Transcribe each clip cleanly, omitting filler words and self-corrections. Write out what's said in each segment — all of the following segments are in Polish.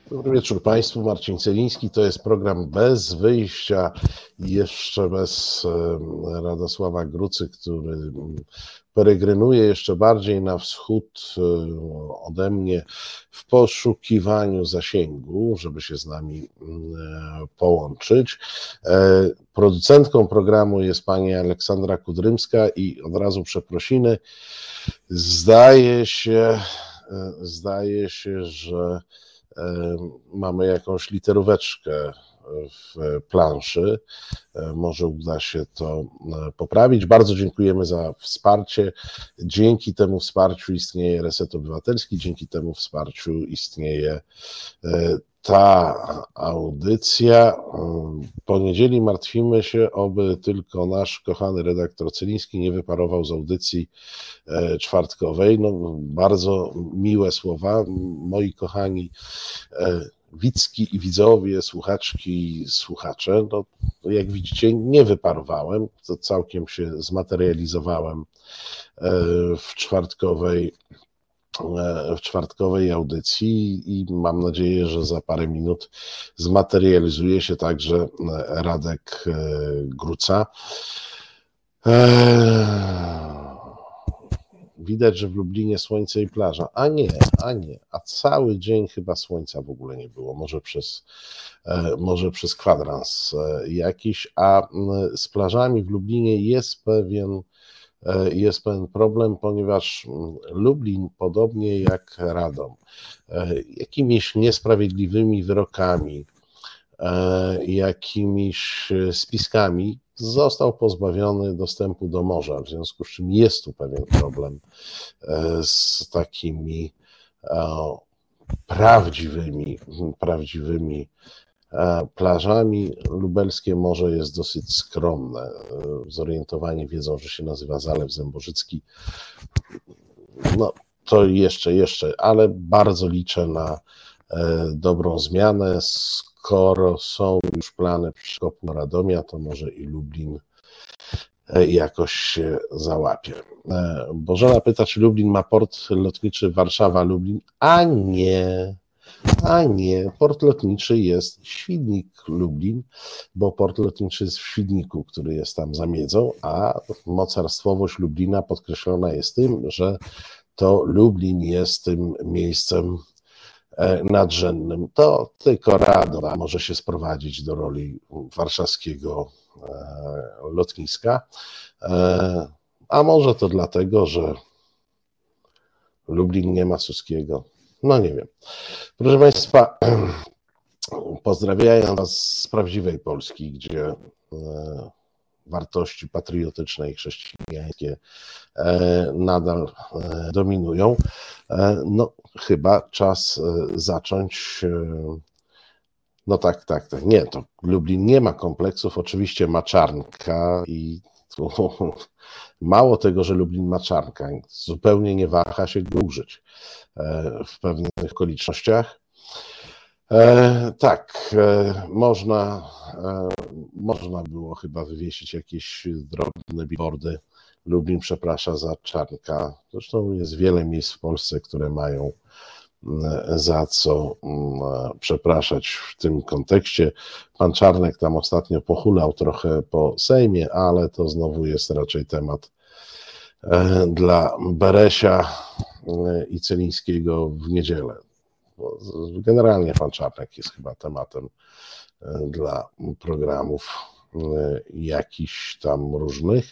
Dobry wieczór Państwu, Marcin Celiński, to jest program Bez Wyjścia, jeszcze bez Radosława Grucy, który peregrynuje jeszcze bardziej na wschód ode mnie w poszukiwaniu zasięgu, żeby się z nami połączyć. Producentką programu jest pani Aleksandra Kudrymska i od razu przeprosiny. Zdaje się, że mamy jakąś literóweczkę w planszy. Może uda się to poprawić. Bardzo dziękujemy za wsparcie. Dzięki temu wsparciu istnieje Reset Obywatelski, dzięki temu wsparciu istnieje ta audycja. Po niedzieli martwimy się, oby tylko nasz kochany redaktor Celiński nie wyparował z audycji czwartkowej. No, bardzo miłe słowa. Moi kochani widzki i widzowie, słuchaczki i słuchacze, no, jak widzicie, nie wyparowałem, to całkiem się zmaterializowałem w czwartkowej audycji i mam nadzieję, że za parę minut zmaterializuje się także Radek Gruca. Widać, że w Lublinie słońce i plaża. A cały dzień chyba słońca w ogóle nie było. Może przez kwadrans jakiś, a z plażami w Lublinie jest pewien problem, ponieważ Lublin, podobnie jak Radom, jakimiś niesprawiedliwymi wyrokami, jakimiś spiskami został pozbawiony dostępu do morza, w związku z czym jest tu pewien problem z takimi prawdziwymi plażami. Lubelskie morze jest dosyć skromne. Zorientowani wiedzą, że się nazywa Zalew Zębożycki. No to jeszcze, ale bardzo liczę na dobrą zmianę. Skoro są już plany przekopu Radomia, to może i Lublin jakoś się załapie. Bożena pyta, czy Lublin ma port lotniczy Warszawa-Lublin? A nie, port lotniczy jest Świdnik-Lublin, bo port lotniczy jest w Świdniku, który jest tam za miedzą, a mocarstwowość Lublina podkreślona jest tym, że to Lublin jest tym miejscem nadrzędnym. To tylko Radom może się sprowadzić do roli warszawskiego lotniska, a może to dlatego, że Lublin nie ma Suskiego. No nie wiem. Proszę Państwa, pozdrawiam Was z prawdziwej Polski, gdzie wartości patriotyczne i chrześcijańskie nadal dominują. No chyba czas zacząć. No tak. Nie, to Lublin nie ma kompleksów, oczywiście ma Czarnka i mało tego, że Lublin ma Czarnka, zupełnie nie waha się go użyć w pewnych okolicznościach. Tak, można było chyba wywiesić jakieś drobne billboardy. Lublin przeprasza za Czarnka. Zresztą jest wiele miejsc w Polsce, które mają za co przepraszać w tym kontekście. Pan Czarnek tam ostatnio pochulał trochę po Sejmie, ale to znowu jest raczej temat dla Beresia i Celińskiego w niedzielę. Generalnie pan Czarnek jest chyba tematem dla programów jakichś tam różnych.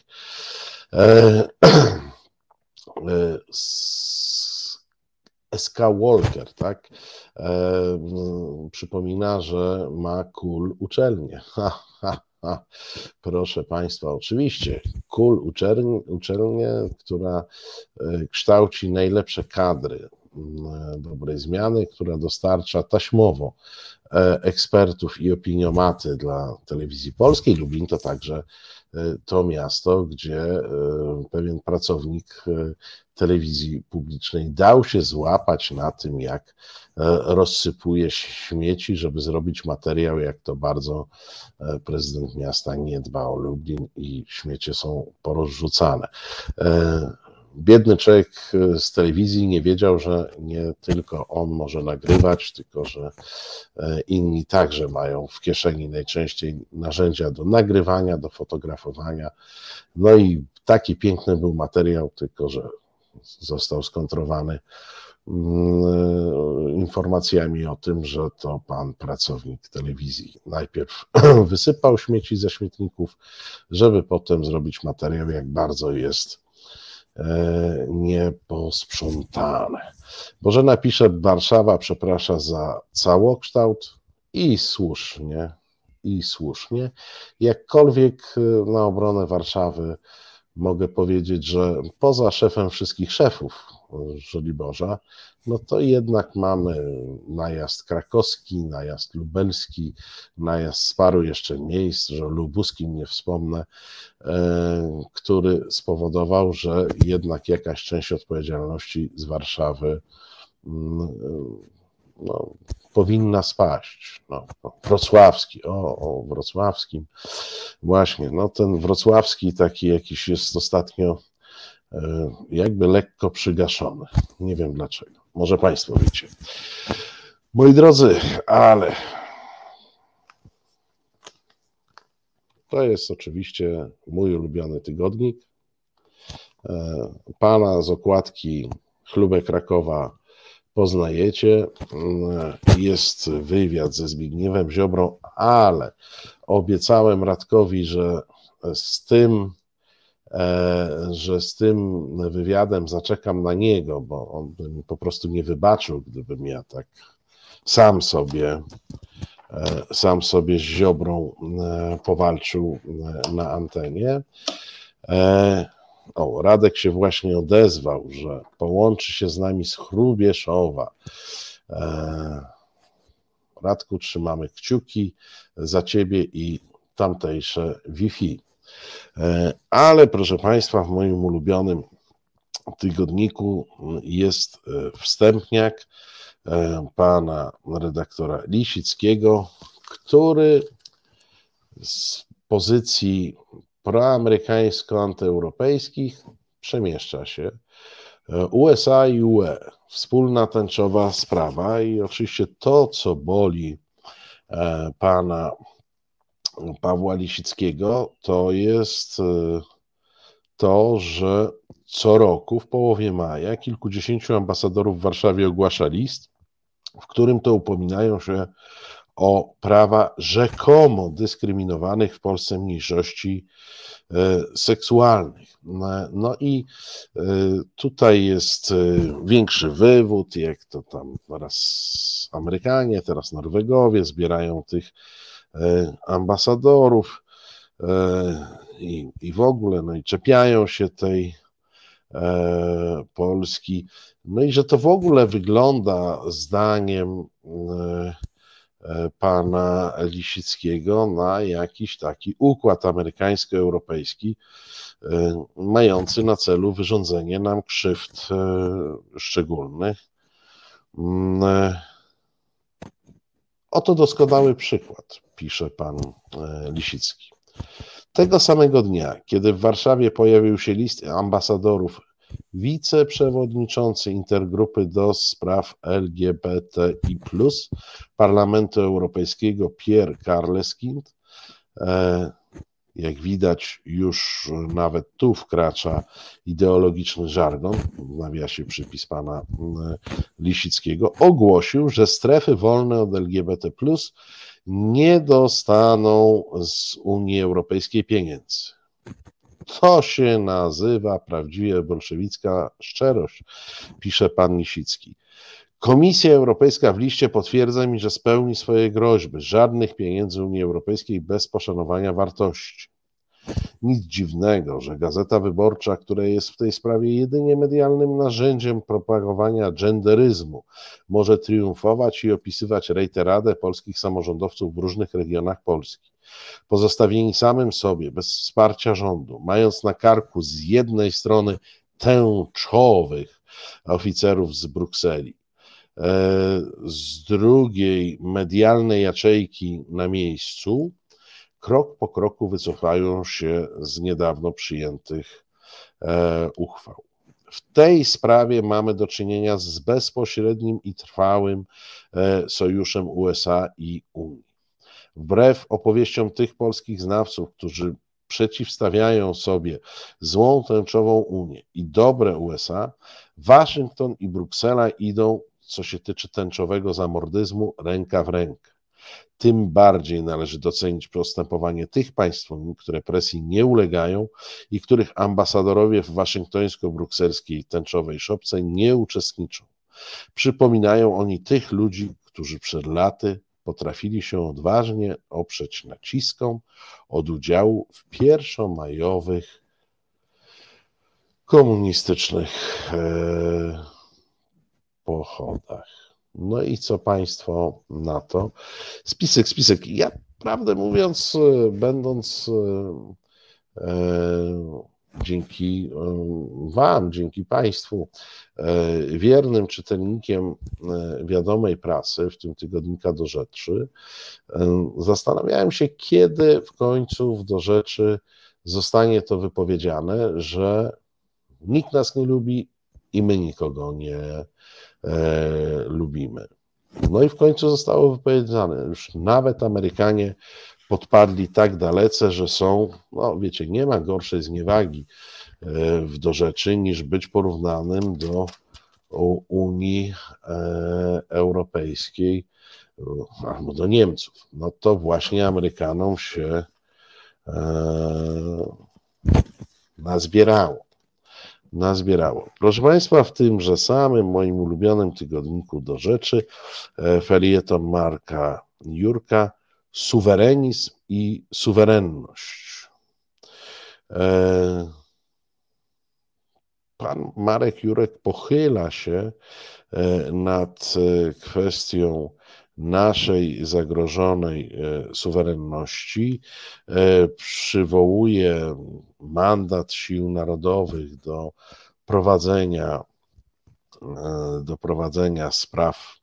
SK Walker, tak? Przypomina, że ma KUL uczelnię. Proszę Państwa, oczywiście KUL uczelnię, która kształci najlepsze kadry dobrej zmiany, która dostarcza taśmowo ekspertów i opiniomaty dla telewizji polskiej. Lublin to także to miasto, gdzie pewien pracownik telewizji publicznej dał się złapać na tym, jak rozsypuje śmieci, żeby zrobić materiał, jak to bardzo prezydent miasta nie dba o Lublin i śmiecie są porozrzucane. biedny człowiek z telewizji nie wiedział, że nie tylko on może nagrywać, tylko że inni także mają w kieszeni najczęściej narzędzia do nagrywania, do fotografowania. No i taki piękny był materiał, tylko że został skontrowany informacjami o tym, że to pan pracownik telewizji najpierw wysypał śmieci ze śmietników, żeby potem zrobić materiał, jak bardzo jest nieposprzątane. Bożena pisze, Warszawa przeprasza za całokształt i słusznie. Jakkolwiek na obronę Warszawy mogę powiedzieć, że poza szefem wszystkich szefów, Żoliborza, no to jednak mamy najazd krakowski, najazd lubelski, najazd z paru jeszcze miejsc, że o lubuskim nie wspomnę, który spowodował, że jednak jakaś część odpowiedzialności z Warszawy powinna spaść. Wrocławski, o wrocławskim, właśnie, ten wrocławski taki jakiś jest ostatnio jakby lekko przygaszony. Nie wiem dlaczego. Może Państwo wiecie. Moi drodzy, ale to jest oczywiście mój ulubiony tygodnik. Pana z okładki Chlubek Krakowa poznajecie. Jest wywiad ze Zbigniewem Ziobrą, ale obiecałem Radkowi, że z tym wywiadem zaczekam na niego, bo on by mi po prostu nie wybaczył, gdybym ja tak sam sobie z Ziobrą powalczył na antenie. Radek się właśnie odezwał, że połączy się z nami z Hrubieszowa. Radku, trzymamy kciuki za Ciebie i tamtejsze Wi-Fi. Ale proszę Państwa, w moim ulubionym tygodniku jest wstępniak pana redaktora Lisickiego, który z pozycji proamerykańsko-antyeuropejskich przemieszcza się. USA i UE, wspólna tęczowa sprawa i oczywiście to, co boli pana Pawła Lisickiego, to jest to, że co roku w połowie maja kilkudziesięciu ambasadorów w Warszawie ogłasza list, w którym to upominają się o prawa rzekomo dyskryminowanych w Polsce mniejszości seksualnych. No i tutaj jest większy wywód, jak to tam raz Amerykanie, teraz Norwegowie zbierają tych ambasadorów i w ogóle, no i czepiają się tej Polski. No i że to w ogóle wygląda zdaniem pana Lisickiego na jakiś taki układ amerykańsko-europejski mający na celu wyrządzenie nam krzywd szczególnych. Oto doskonały przykład, pisze pan Lisicki. Tego samego dnia, kiedy w Warszawie pojawił się list ambasadorów, wiceprzewodniczący intergrupy do spraw LGBTI+, Parlamentu Europejskiego Pierre Karleskind, jak widać już nawet tu wkracza ideologiczny żargon, w nawiasie przypis pana Lisickiego, ogłosił, że strefy wolne od LGBT+, nie dostaną z Unii Europejskiej pieniędzy. To się nazywa prawdziwie bolszewicka szczerość, pisze pan Lisicki. Komisja Europejska w liście potwierdza mi, że spełni swoje groźby. Żadnych pieniędzy Unii Europejskiej bez poszanowania wartości. Nic dziwnego, że Gazeta Wyborcza, która jest w tej sprawie jedynie medialnym narzędziem propagowania genderyzmu, może triumfować i opisywać rejteradę polskich samorządowców w różnych regionach Polski. Pozostawieni samym sobie, bez wsparcia rządu, mając na karku z jednej strony tęczowych oficerów z Brukseli, z drugiej medialne jaczejki na miejscu, krok po kroku wycofają się z niedawno przyjętych uchwał. w tej sprawie mamy do czynienia z bezpośrednim i trwałym sojuszem USA i Unii. Wbrew opowieściom tych polskich znawców, którzy przeciwstawiają sobie złą tęczową Unię i dobre USA, Waszyngton i Bruksela idą, co się tyczy tęczowego zamordyzmu, ręka w rękę. Tym bardziej należy docenić postępowanie tych państw, które presji nie ulegają i których ambasadorowie w waszyngtońsko-brukselskiej tęczowej szopce nie uczestniczą. Przypominają oni tych ludzi, którzy przed laty potrafili się odważnie oprzeć naciskom od udziału w pierwszomajowych komunistycznych pochodach. No i co Państwo na to? Spisek. Ja prawdę mówiąc, będąc dzięki Wam, dzięki Państwu wiernym czytelnikiem wiadomej prasy, w tym tygodnika Do Rzeczy, zastanawiałem się, kiedy w końcu w Do Rzeczy zostanie to wypowiedziane, że nikt nas nie lubi i my nikogo nie lubimy. No i w końcu zostało wypowiedziane. Już nawet Amerykanie podpadli tak dalece, że są, no wiecie, nie ma gorszej zniewagi w Do Rzeczy niż być porównanym do Unii Europejskiej albo do Niemców. No to właśnie Amerykanom się nazbierało. Proszę Państwa, w tymże samym moim ulubionym tygodniku Do Rzeczy felieton Marka Jurka Suwerenizm i suwerenność. Pan Marek Jurek pochyla się nad kwestią naszej zagrożonej suwerenności, przywołuje mandat sił narodowych do prowadzenia spraw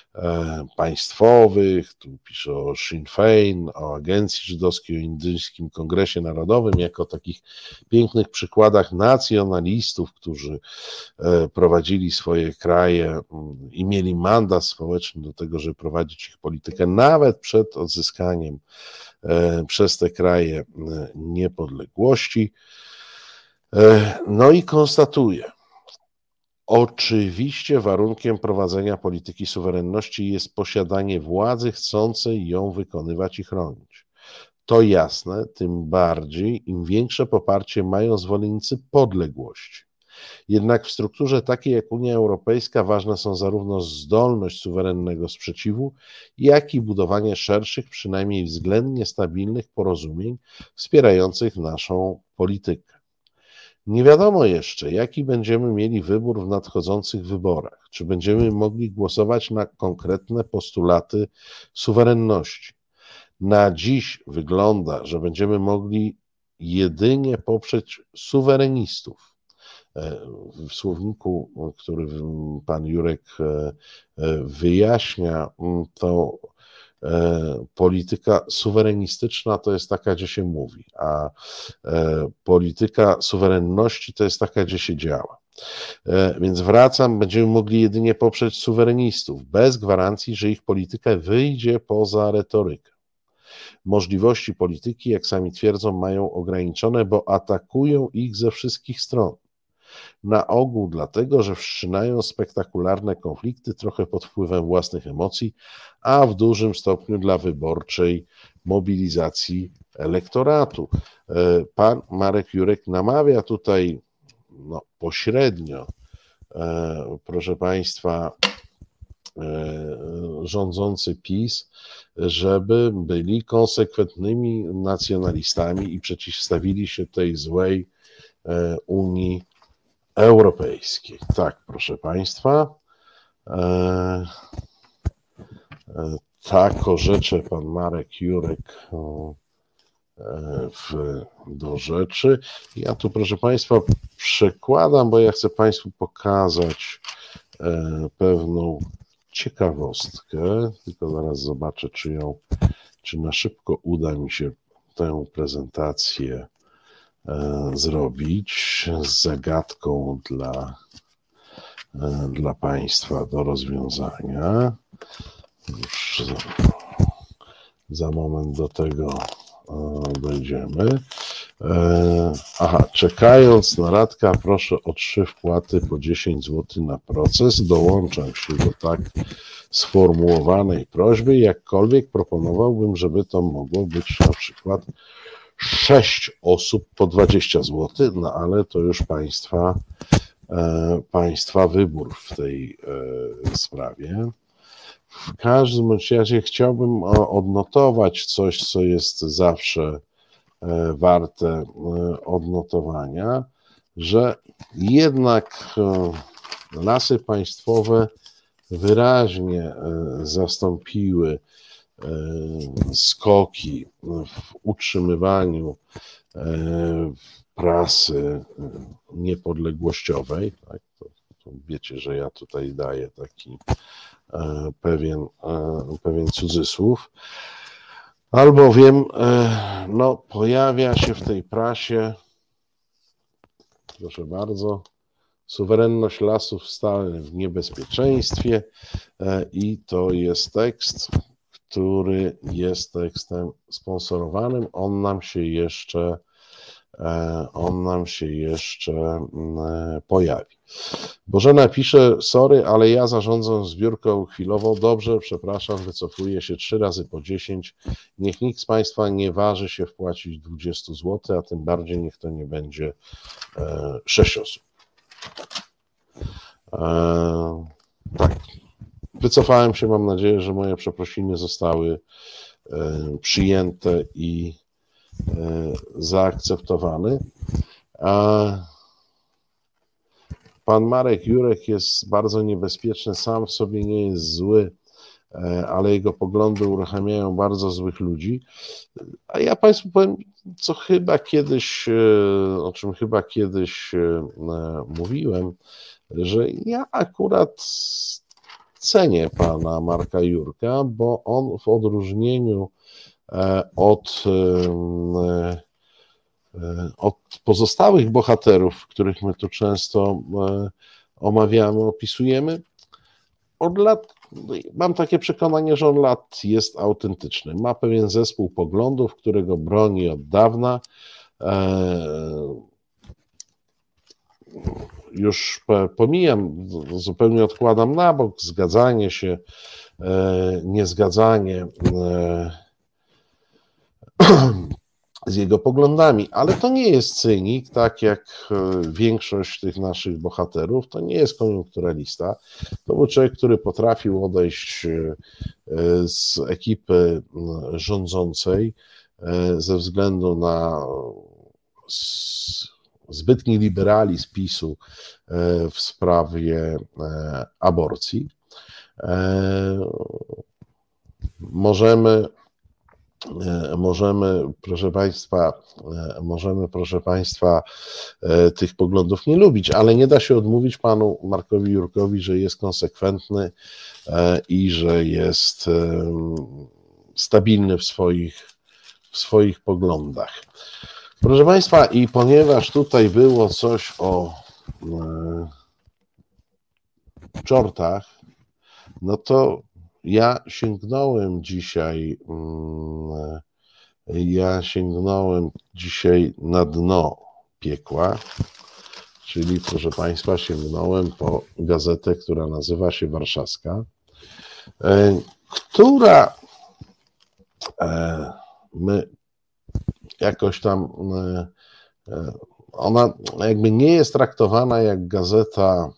państwowych, tu pisze o Sinn Fein, o Agencji Żydowskiej, o Indyjskim Kongresie Narodowym, jako takich pięknych przykładach nacjonalistów, którzy prowadzili swoje kraje i mieli mandat społeczny do tego, żeby prowadzić ich politykę nawet przed odzyskaniem przez te kraje niepodległości. No i konstatuje: oczywiście warunkiem prowadzenia polityki suwerenności jest posiadanie władzy chcącej ją wykonywać i chronić. To jasne, tym bardziej im większe poparcie mają zwolennicy podległości. Jednak w strukturze takiej jak Unia Europejska ważne są zarówno zdolność suwerennego sprzeciwu, jak i budowanie szerszych, przynajmniej względnie stabilnych porozumień wspierających naszą politykę. Nie wiadomo jeszcze, jaki będziemy mieli wybór w nadchodzących wyborach. Czy będziemy mogli głosować na konkretne postulaty suwerenności. Na dziś wygląda, że będziemy mogli jedynie poprzeć suwerenistów. W słowniku, który pan Jurek wyjaśnia, to polityka suwerenistyczna to jest taka, gdzie się mówi, a polityka suwerenności to jest taka, gdzie się działa. Więc wracam, będziemy mogli jedynie poprzeć suwerenistów, bez gwarancji, że ich polityka wyjdzie poza retorykę. Możliwości polityki, jak sami twierdzą, mają ograniczone, bo atakują ich ze wszystkich stron. Na ogół dlatego, że wszczynają spektakularne konflikty trochę pod wpływem własnych emocji, a w dużym stopniu dla wyborczej mobilizacji elektoratu. Pan Marek Jurek namawia tutaj pośrednio, proszę Państwa, rządzący PiS, żeby byli konsekwentnymi nacjonalistami i przeciwstawili się tej złej Unii Europejskiej. Tak, proszę Państwa. Tak orzecze pan Marek Jurek Do Rzeczy. Ja tu, proszę Państwa, przekładam, bo ja chcę Państwu pokazać pewną ciekawostkę. Tylko zaraz zobaczę, czy na szybko uda mi się tę prezentację zrobić z zagadką dla Państwa do rozwiązania. Już za moment do tego dojdziemy. Czekając na Radka, proszę o 3 wpłaty po 10 zł na proces. Dołączam się do tak sformułowanej prośby. Jakkolwiek proponowałbym, żeby to mogło być na przykład 6 osób po 20 zł, no ale to już Państwa wybór w tej sprawie. W każdym razie chciałbym odnotować coś, co jest zawsze warte odnotowania, że jednak Lasy Państwowe wyraźnie zastąpiły skoki w utrzymywaniu prasy niepodległościowej. Tak? To wiecie, że ja tutaj daję taki pewien cudzysłów, albowiem pojawia się w tej prasie, proszę bardzo, suwerenność lasów stale w niebezpieczeństwie i to jest tekst, który jest tekstem sponsorowanym. On nam się jeszcze pojawi. Bożena pisze: sorry, ale ja zarządzam zbiórką chwilowo. Dobrze, przepraszam, wycofuję się 3 razy po 10. Niech nikt z Państwa nie waży się wpłacić 20 zł, a tym bardziej niech to nie będzie 6 osób. Tak. Wycofałem się, mam nadzieję, że moje przeprosiny zostały przyjęte i zaakceptowane. Pan Marek Jurek jest bardzo niebezpieczny, sam w sobie nie jest zły, ale jego poglądy uruchamiają bardzo złych ludzi. A ja Państwu powiem, o czym chyba kiedyś mówiłem, że ja akurat cenię pana Marka Jurka, bo on w odróżnieniu od pozostałych bohaterów, których my tu często omawiamy, opisujemy, od lat, mam takie przekonanie, że od lat jest autentyczny. Ma pewien zespół poglądów, którego broni od dawna. Już pomijam, zupełnie odkładam na bok zgadzanie się, niezgadzanie z jego poglądami, ale to nie jest cynik, tak jak większość tych naszych bohaterów, to nie jest koniunkturalista, to był człowiek, który potrafił odejść z ekipy rządzącej ze względu na zbytni liberalizm PiS-u w sprawie aborcji. Możemy, proszę Państwa, tych poglądów nie lubić, ale nie da się odmówić panu Markowi Jurkowi, że jest konsekwentny i że jest stabilny w swoich poglądach. Proszę Państwa, i ponieważ tutaj było coś o czortach, no to ja sięgnąłem dzisiaj na dno piekła, czyli, proszę Państwa, sięgnąłem po gazetę, która nazywa się Warszawska, która my jakoś tam, ona jakby nie jest traktowana jak gazeta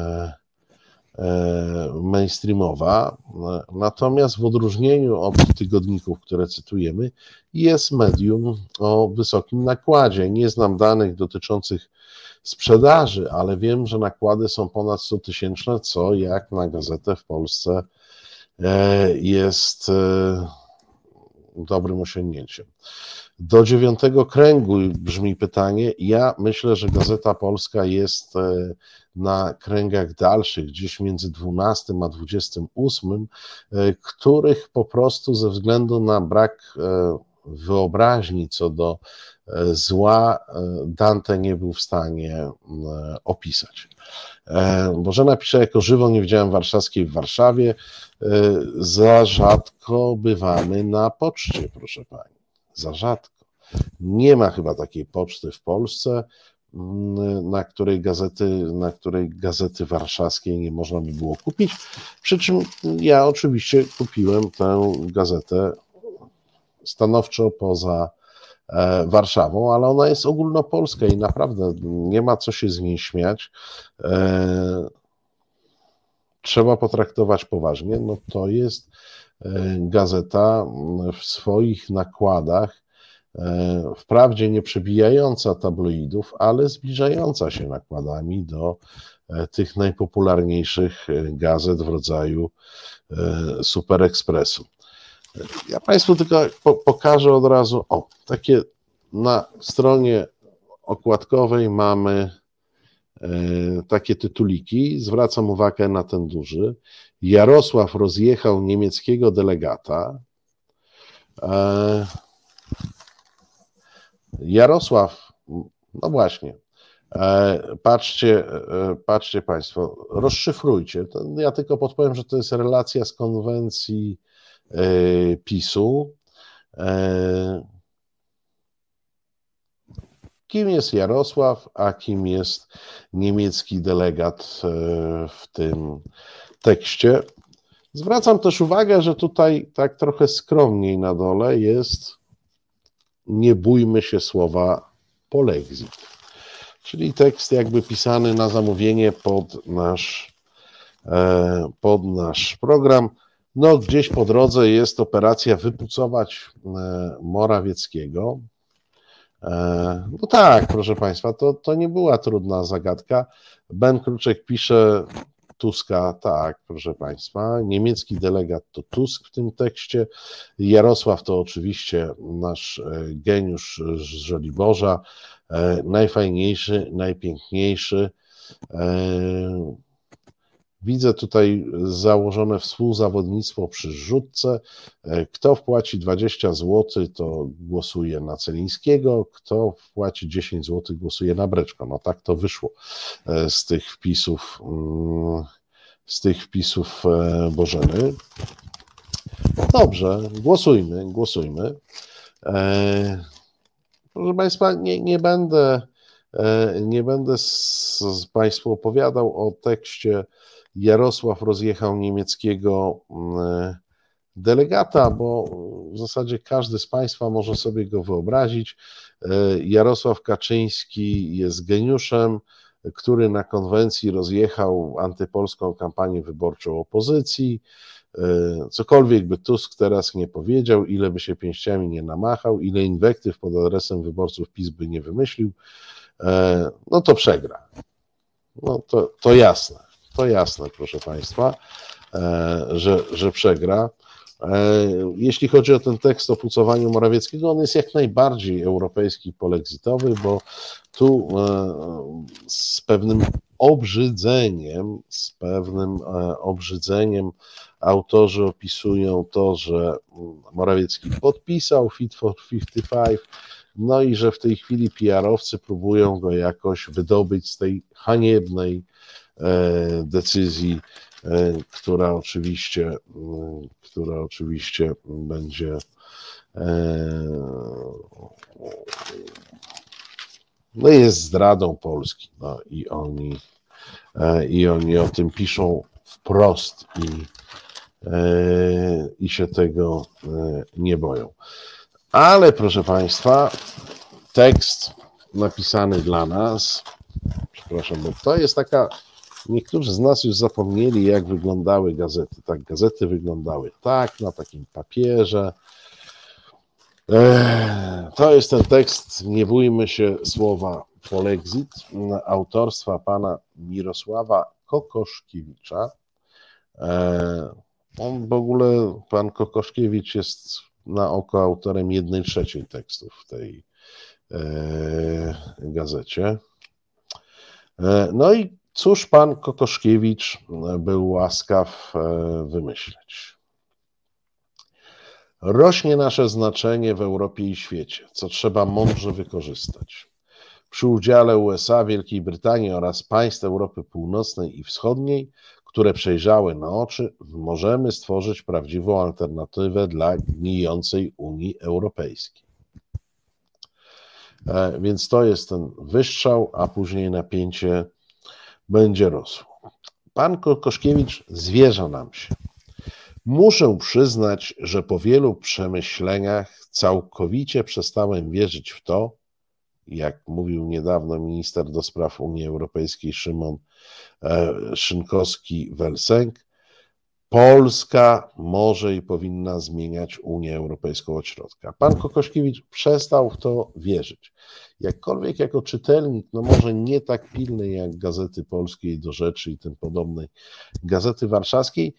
mainstreamowa, natomiast w odróżnieniu od tygodników, które cytujemy, jest medium o wysokim nakładzie. Nie znam danych dotyczących sprzedaży, ale wiem, że nakłady są ponad 100-tysięczne, co jak na gazetę w Polsce jest dobrym osiągnięciem. Do 9 kręgu brzmi pytanie. Ja myślę, że Gazeta Polska jest na kręgach dalszych, gdzieś między 12 a 28, których po prostu ze względu na brak wyobraźni, co do zła Dante nie był w stanie opisać. Bożena pisze, jako żywo nie widziałem warszawskiej w Warszawie, za rzadko bywamy na poczcie, proszę pani, za rzadko. Nie ma chyba takiej poczty w Polsce, na której gazety warszawskiej nie można by było kupić, przy czym ja oczywiście kupiłem tę gazetę stanowczo poza Warszawą, ale ona jest ogólnopolska i naprawdę nie ma co się z niej śmiać. Trzeba potraktować poważnie. No to jest gazeta w swoich nakładach, wprawdzie nie przebijająca tabloidów, ale zbliżająca się nakładami do tych najpopularniejszych gazet w rodzaju Super Expressu. Ja Państwu tylko pokażę od razu, takie na stronie okładkowej mamy takie tytuliki, zwracam uwagę na ten duży. Jarosław rozjechał niemieckiego delegata. Jarosław, no właśnie, patrzcie Państwo, rozszyfrujcie. Ja tylko podpowiem, że to jest relacja z konwencji PiS-u. Kim jest Jarosław, a kim jest niemiecki delegat w tym tekście. Zwracam też uwagę, że tutaj tak trochę skromniej na dole jest nie bójmy się słowa polexit, czyli tekst jakby pisany na zamówienie pod nasz program. No gdzieś po drodze jest operacja wypucować Morawieckiego. No tak, proszę Państwa, to nie była trudna zagadka. Ben Kruczek pisze Tuska, tak, proszę Państwa. Niemiecki delegat to Tusk w tym tekście. Jarosław to oczywiście nasz geniusz z Żoliborza, najfajniejszy, najpiękniejszy. Widzę tutaj założone współzawodnictwo przy rzutce. Kto wpłaci 20 zł, to głosuje na Celińskiego, kto wpłaci 10 zł, głosuje na Breczko. No tak to wyszło z tych wpisów Bożeny. Dobrze, głosujmy. Proszę Państwa, nie będę Państwu opowiadał o tekście Jarosław rozjechał niemieckiego delegata, bo w zasadzie każdy z Państwa może sobie go wyobrazić. Jarosław Kaczyński jest geniuszem, który na konwencji rozjechał antypolską kampanię wyborczą opozycji. Cokolwiek by Tusk teraz nie powiedział, ile by się pięściami nie namachał, ile inwektyw pod adresem wyborców PiS by nie wymyślił, no to przegra. No to jasne, proszę Państwa, że przegra. Jeśli chodzi o ten tekst o pucowaniu Morawieckiego, on jest jak najbardziej europejski polexitowy, bo tu z pewnym obrzydzeniem autorzy opisują to, że Morawiecki podpisał Fit for 55, no i że w tej chwili PR-owcy próbują go jakoś wydobyć z tej haniebnej decyzji, która oczywiście będzie no jest zdradą Polski, no i oni o tym piszą wprost i się tego nie boją. Ale proszę Państwa, tekst napisany dla nas, przepraszam, bo to jest taka, niektórzy z nas już zapomnieli, jak wyglądały gazety. Tak, gazety wyglądały tak, na takim papierze. To jest ten tekst, nie bójmy się słowa polexit, autorstwa pana Mirosława Kokoszkiewicza. On w ogóle, pan Kokoszkiewicz jest na oko autorem 1/3 tekstów w tej gazecie. No i cóż pan Kokoszkiewicz był łaskaw wymyśleć? Rośnie nasze znaczenie w Europie i świecie, co trzeba mądrze wykorzystać. Przy udziale USA, Wielkiej Brytanii oraz państw Europy Północnej i Wschodniej, które przejrzały na oczy, możemy stworzyć prawdziwą alternatywę dla gnijącej Unii Europejskiej. Więc to jest ten wystrzał, a później napięcie będzie rosło. Pan Kokoszkiewicz zwierza nam się. Muszę przyznać, że po wielu przemyśleniach całkowicie przestałem wierzyć w to, jak mówił niedawno minister do spraw Unii Europejskiej Szymon Szynkowski-Welsenk, Polska może i powinna zmieniać Unię Europejską od środka. Pan Kokoszkiewicz przestał w to wierzyć. Jakkolwiek jako czytelnik, no może nie tak pilny jak Gazety Polskiej do Rzeczy i tym podobnej, Gazety Warszawskiej,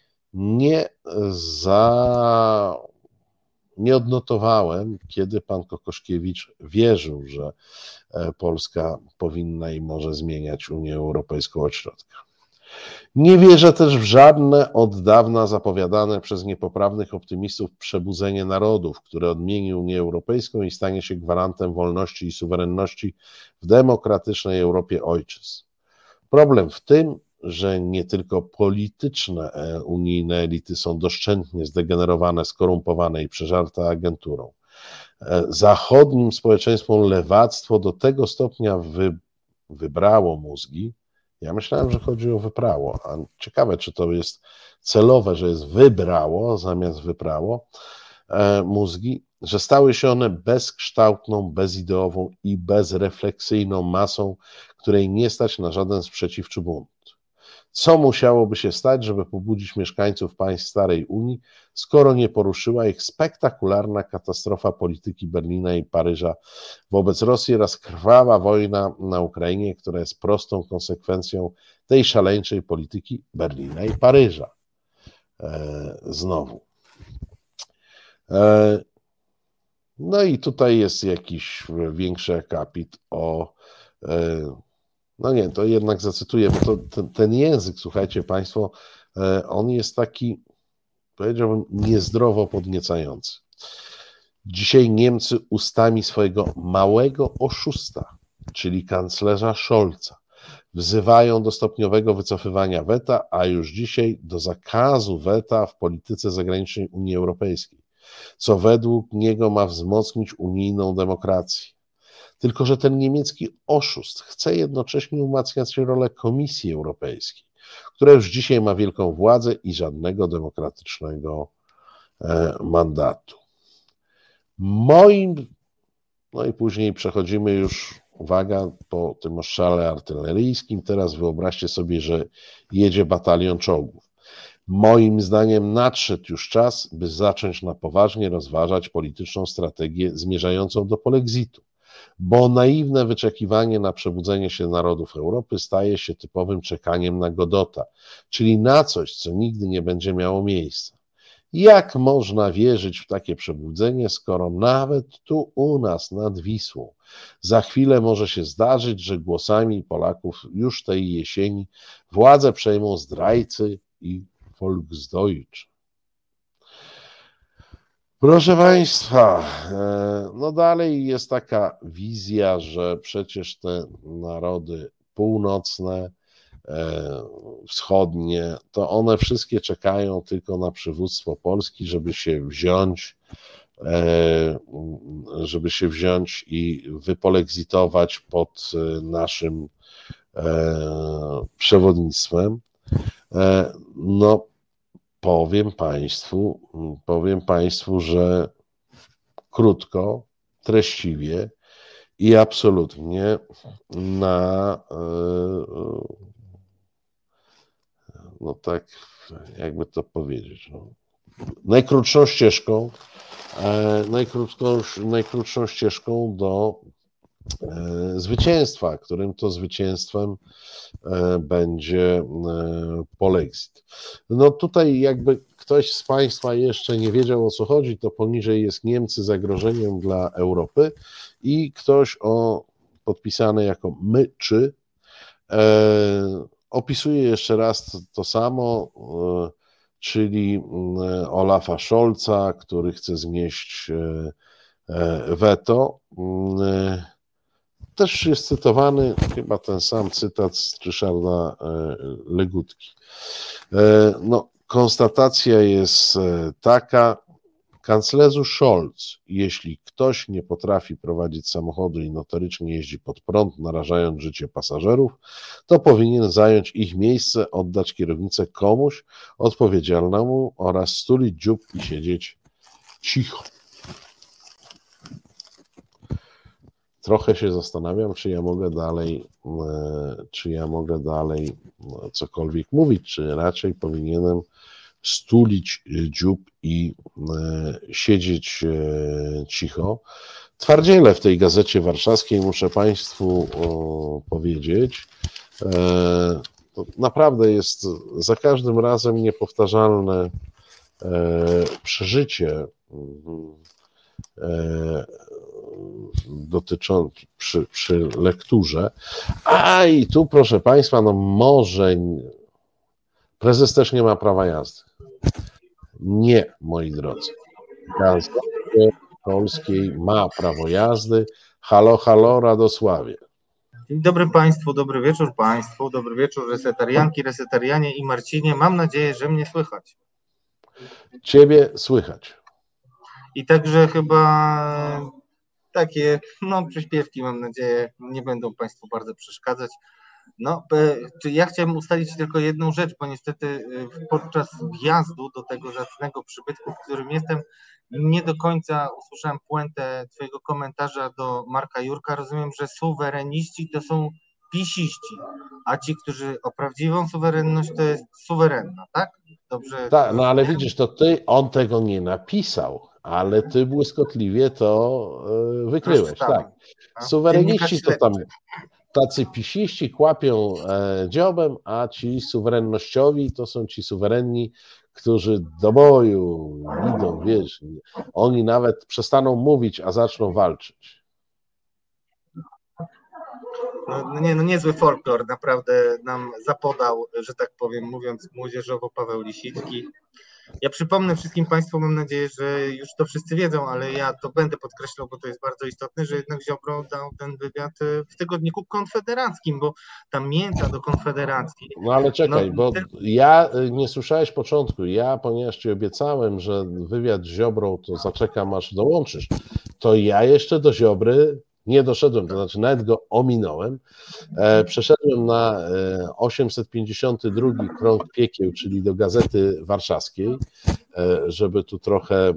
nie odnotowałem, kiedy pan Kokoszkiewicz wierzył, że Polska powinna i może zmieniać Unię Europejską od środka. Nie wierzę też w żadne od dawna zapowiadane przez niepoprawnych optymistów przebudzenie narodów, które odmieni Unię Europejską i stanie się gwarantem wolności i suwerenności w demokratycznej Europie ojczyzn. Problem w tym, że nie tylko polityczne unijne elity są doszczętnie zdegenerowane, skorumpowane i przeżarte agenturą. Zachodnim społeczeństwom lewactwo do tego stopnia wybrało mózgi. Ja myślałem, że chodzi o wyprało, a ciekawe, czy to jest celowe, że jest wybrało zamiast wyprało mózgi, że stały się one bezkształtną, bezideową i bezrefleksyjną masą, której nie stać na żaden sprzeciw czy bunt. Co musiałoby się stać, żeby pobudzić mieszkańców państw starej Unii, skoro nie poruszyła ich spektakularna katastrofa polityki Berlina i Paryża wobec Rosji oraz krwawa wojna na Ukrainie, która jest prostą konsekwencją tej szaleńczej polityki Berlina i Paryża. Znowu. No i tutaj jest jakiś większy akapit o... No nie, to jednak zacytuję, bo ten język, słuchajcie Państwo, on jest taki, powiedziałbym, niezdrowo podniecający. Dzisiaj Niemcy ustami swojego małego oszusta, czyli kanclerza Scholza, wzywają do stopniowego wycofywania weta, a już dzisiaj do zakazu weta w polityce zagranicznej Unii Europejskiej, co według niego ma wzmocnić unijną demokrację. Tylko że ten niemiecki oszust chce jednocześnie umacniać rolę Komisji Europejskiej, która już dzisiaj ma wielką władzę i żadnego demokratycznego mandatu. No i później przechodzimy już, uwaga, po tym ostrzale artyleryjskim. Teraz wyobraźcie sobie, że jedzie batalion czołgów. Moim zdaniem nadszedł już czas, by zacząć na poważnie rozważać polityczną strategię zmierzającą do polexitu, bo naiwne wyczekiwanie na przebudzenie się narodów Europy staje się typowym czekaniem na Godota, czyli na coś, co nigdy nie będzie miało miejsca. Jak można wierzyć w takie przebudzenie, skoro nawet tu u nas nad Wisłą za chwilę może się zdarzyć, że głosami Polaków już tej jesieni władzę przejmą zdrajcy i Volksdeutsche. Proszę Państwa, no dalej jest taka wizja, że przecież te narody północne, wschodnie, to one wszystkie czekają tylko na przywództwo Polski, żeby się wziąć i wypolegzitować pod naszym przewodnictwem. No, powiem Państwu, że krótko, treściwie i absolutnie no tak, jakby to powiedzieć, najkrótszą ścieżką do zwycięstwa, którym to zwycięstwem będzie polexit. No tutaj jakby ktoś z Państwa jeszcze nie wiedział, o co chodzi, to poniżej jest Niemcy zagrożeniem dla Europy i ktoś podpisany jako my opisuje jeszcze raz to samo, czyli Olafa Scholza, który chce znieść weto. Też jest cytowany chyba ten sam cytat z Ryszarda Legutki. No, konstatacja jest taka: kanclerzu Scholz, jeśli ktoś nie potrafi prowadzić samochodu i notorycznie jeździ pod prąd, narażając życie pasażerów, to powinien zająć ich miejsce, oddać kierownicę komuś odpowiedzialnemu oraz stulić dziób i siedzieć cicho. Trochę się zastanawiam, czy ja mogę dalej cokolwiek mówić, czy raczej powinienem stulić dziób i siedzieć cicho. Twardziele w tej Gazecie Warszawskiej, muszę Państwu powiedzieć, to naprawdę jest za każdym razem niepowtarzalne przeżycie dotyczące przy lekturze. A i tu, proszę Państwa, no może prezes też nie ma prawa jazdy. Nie, moi drodzy. Gazecie Polskiej ma prawo jazdy. Halo, halo, Radosławie. Dzień dobry Państwu, dobry wieczór Państwu, dobry wieczór resetarianki, resetarianie i Marcinie. Mam nadzieję, że mnie słychać. Ciebie słychać. I także chyba takie przyśpiewki, mam nadzieję, nie będą Państwu bardzo przeszkadzać. Ja chciałem ustalić tylko jedną rzecz, bo niestety podczas wjazdu do tego zacnego przybytku, w którym jestem, nie do końca usłyszałem puentę Twojego komentarza do Marka Jurka. Rozumiem, że suwereniści to są pisiści, a ci, którzy o prawdziwą suwerenność, to jest suwerenna, tak? Dobrze. Tak, no ale widzisz, to on tego nie napisał, ale ty błyskotliwie to wykryłeś. Tak. Suwereniści to tam tacy pisiści kłapią dziobem, a ci suwerennościowi to są ci suwerenni, którzy do boju idą, wiesz, oni nawet przestaną mówić, a zaczną walczyć. Niezły folklor naprawdę nam zapodał, że tak powiem, mówiąc młodzieżowo, Paweł Lisicki. Ja przypomnę wszystkim Państwu, mam nadzieję, że już to wszyscy wiedzą, ale ja to będę podkreślał, bo to jest bardzo istotne, że jednak Ziobro dał ten wywiad w tygodniku konfederackim, bo ta mięta do Konfederacji... No ale czekaj, bo ja nie słyszałeś początku, ponieważ Ci obiecałem, że wywiad z Ziobrą to zaczekam, aż dołączysz, to ja jeszcze do Ziobry nie doszedłem, to znaczy nawet go ominąłem. Przeszedłem na 852 krąg piekieł, czyli do Gazety Warszawskiej, żeby tu trochę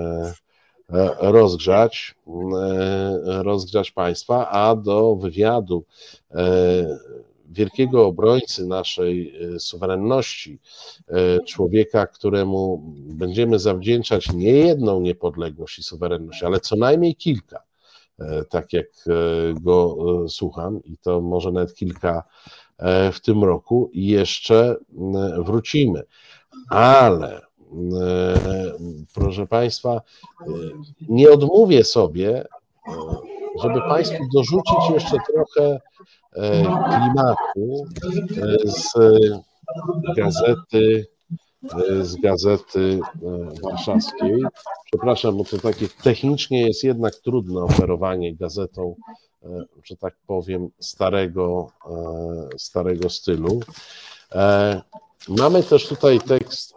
rozgrzać Państwa, a do wywiadu wielkiego obrońcy naszej suwerenności, człowieka, któremu będziemy zawdzięczać nie jedną niepodległość i suwerenność, ale co najmniej kilka, tak jak go słucham, i to może nawet kilka w tym roku, i jeszcze wrócimy. Ale proszę Państwa, nie odmówię sobie, żeby Państwu dorzucić jeszcze trochę klimatu z Gazety Warszawskiej. Przepraszam, bo to takie technicznie jest jednak trudne operowanie gazetą, że tak powiem, starego stylu. Mamy też tutaj tekst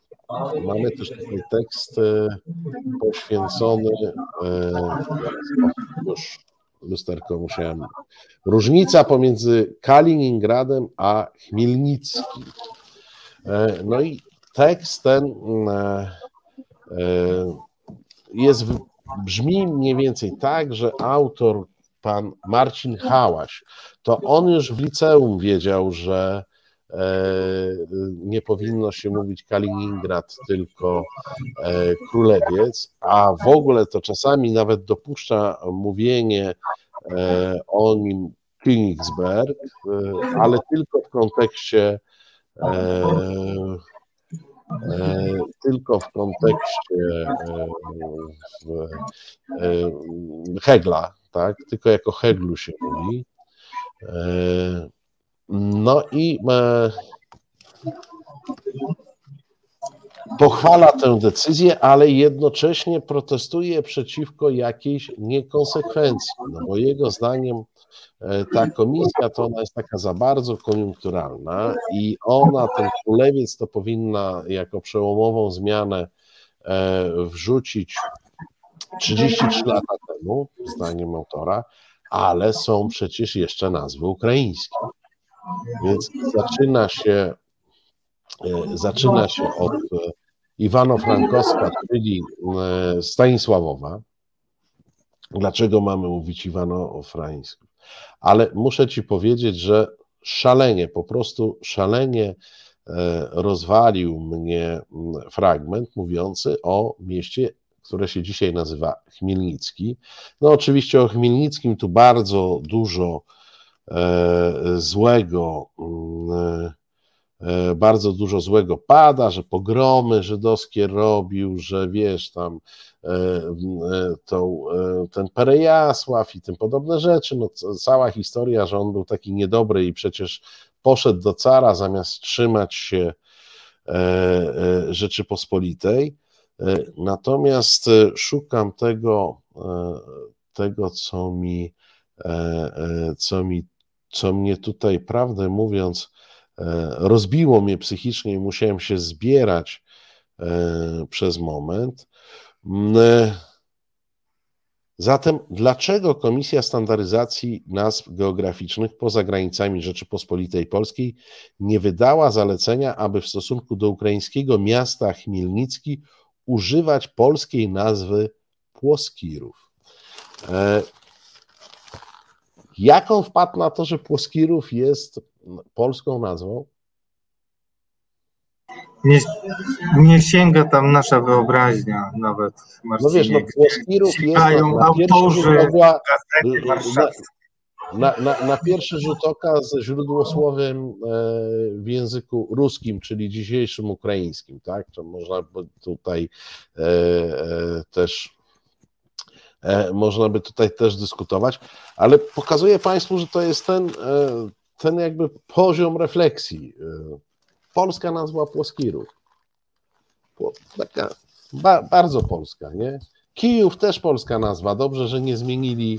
poświęcony, już lusterko musiałem, różnica pomiędzy Kaliningradem a Chmielnickim. No i tekst ten brzmi mniej więcej tak, że autor, pan Marcin Hałaś, to on już w liceum wiedział, że nie powinno się mówić Kaliningrad, tylko Królewiec, a w ogóle to czasami nawet dopuszcza mówienie o nim Königsberg, ale tylko w kontekście Hegla, tak? Tylko jako Heglu się mówi. No i pochwala tę decyzję, ale jednocześnie protestuje przeciwko jakiejś niekonsekwencji, no bo jego zdaniem ta komisja to ona jest taka za bardzo koniunkturalna i ona, ten królewiec to powinna jako przełomową zmianę wrzucić 33 lata temu, zdaniem autora, ale są przecież jeszcze nazwy ukraińskie. Więc zaczyna się od Iwano-Frankowska, czyli Stanisławowa. Dlaczego mamy mówić Iwano-Frańsku? Ale muszę ci powiedzieć, że szalenie, po prostu szalenie rozwalił mnie fragment mówiący o mieście, które się dzisiaj nazywa Chmielnicki. No oczywiście o Chmielnickim tu bardzo dużo złego pada, że pogromy żydowskie robił, że wiesz, tam ten Perejasław i tym podobne rzeczy, no cała historia, że on był taki niedobry i przecież poszedł do cara zamiast trzymać się Rzeczypospolitej. Natomiast szukam tego co mnie tutaj, prawdę mówiąc, rozbiło mnie psychicznie i musiałem się zbierać przez moment. Zatem dlaczego Komisja Standaryzacji Nazw Geograficznych poza granicami Rzeczypospolitej Polskiej nie wydała zalecenia, aby w stosunku do ukraińskiego miasta Chmielnicki używać polskiej nazwy Płoskirów? Jak on wpadł na to, że Płoskirów jest polską nazwą? Nie sięga tam nasza wyobraźnia nawet, No wiesz, no Płoskirów jest na pierwszy rzut oka ze źródłosłowiem w języku ruskim, czyli dzisiejszym ukraińskim, tak? To można by tutaj też dyskutować, ale pokazuję Państwu, że to jest ten jakby poziom refleksji. Polska nazwa Płoskirów. Taka bardzo polska, nie? Kijów też polska nazwa. Dobrze, że nie zmienili,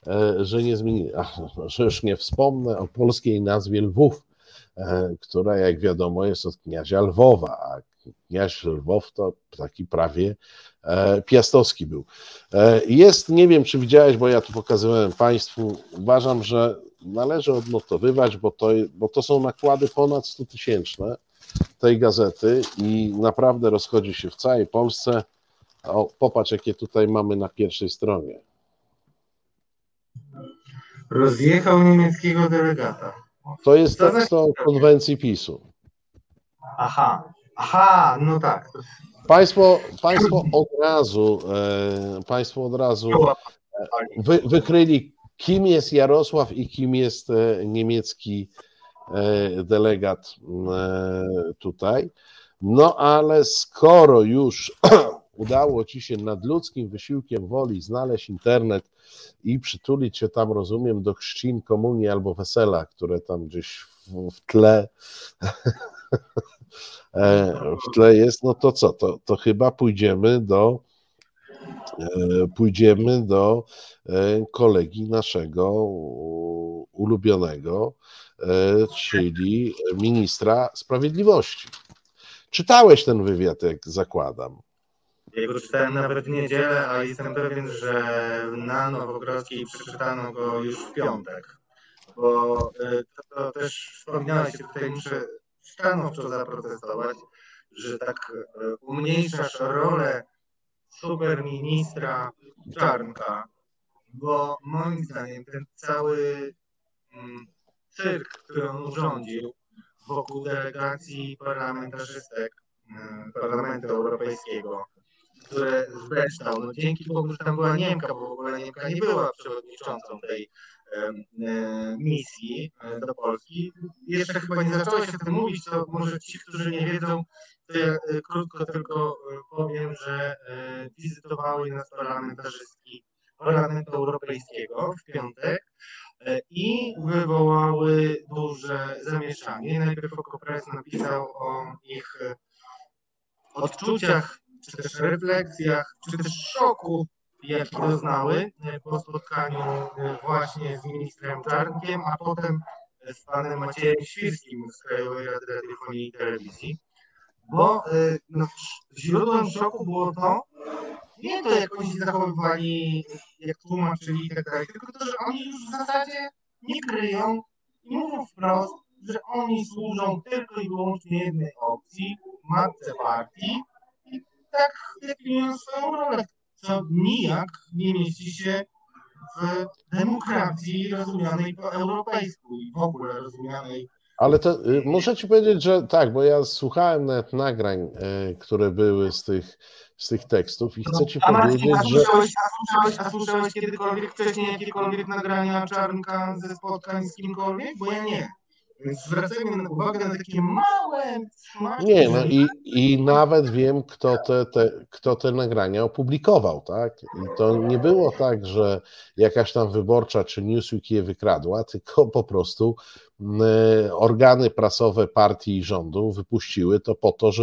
że już nie wspomnę o polskiej nazwie Lwów, która, jak wiadomo, jest od kniazia Lwowa, a kniaź Lwow to taki prawie piastowski był. Jest, nie wiem, czy widziałeś, bo ja tu pokazywałem Państwu, uważam, że należy odnotowywać, bo to są nakłady ponad 100-tysięczne tej gazety i naprawdę rozchodzi się w całej Polsce. O, popatrz, jakie tutaj mamy na pierwszej stronie. Rozjechał niemieckiego delegata. To jest tekst o konwencji PiS-u. Aha, no tak. Państwo od razu wykryli, kim jest Jarosław i kim jest niemiecki delegat tutaj. No ale skoro już udało ci się nadludzkim wysiłkiem woli znaleźć internet i przytulić się tam, rozumiem, do chrzcin, komunii albo wesela, które tam gdzieś w tle jest, no to co? To chyba pójdziemy do kolegi naszego ulubionego, czyli ministra sprawiedliwości. Czytałeś ten wywiad, jak zakładam? Ja go czytałem nawet w niedzielę, a jestem pewien, że na Nowogrodzkiej przeczytano go już w piątek. Bo to też wspominałeś, tutaj muszę stanowczo zaprotestować, że tak umniejszasz rolę superministra Czarnka, bo moim zdaniem ten cały cyrk, który on urządził wokół delegacji parlamentarzystek Parlamentu Europejskiego, które zbeształ, no dzięki Bogu, że tam była Niemka, bo w ogóle Niemka nie była przewodniczącą tej misji do Polski. Jeszcze chyba nie zaczęło się o tym mówić, to może ci, którzy nie wiedzą, to ja krótko tylko powiem, że wizytowały nas parlamentarzystki Parlamentu Europejskiego w piątek i wywołały duże zamieszanie. Najpierw Okopres napisał o ich odczuciach, czy też refleksjach, czy też szoku, jaki doznały po spotkaniu właśnie z ministrem Czarnkiem, a potem z panem Maciejem Świrskim z Krajowej Rady Radiofonii i Telewizji. Bo no, źródłem szoku było to, nie to, jak oni się zachowywali, jak tłumaczyli i tak dalej, tylko to, że oni już w zasadzie nie kryją i mówią wprost, że oni służą tylko i wyłącznie jednej opcji, matce partii i tak definiują swoją rolę, co nijak nie mieści się w demokracji rozumianej po europejsku i w ogóle rozumianej. Ale to muszę ci powiedzieć, że tak, bo ja słuchałem nawet nagrań, które były z tych tekstów i chcę ci powiedzieć, że... A słyszałeś kiedykolwiek wcześniej jakiekolwiek nagrania Czarnka ze spotkań z kimkolwiek? Bo ja nie. Więc zwracajmy uwagę na takie małe smaczki. Nie, no i nawet wiem, kto te nagrania opublikował, tak? I to nie było tak, że jakaś tam Wyborcza czy Newsweek je wykradła, tylko po prostu organy prasowe partii i rządu wypuściły to po to,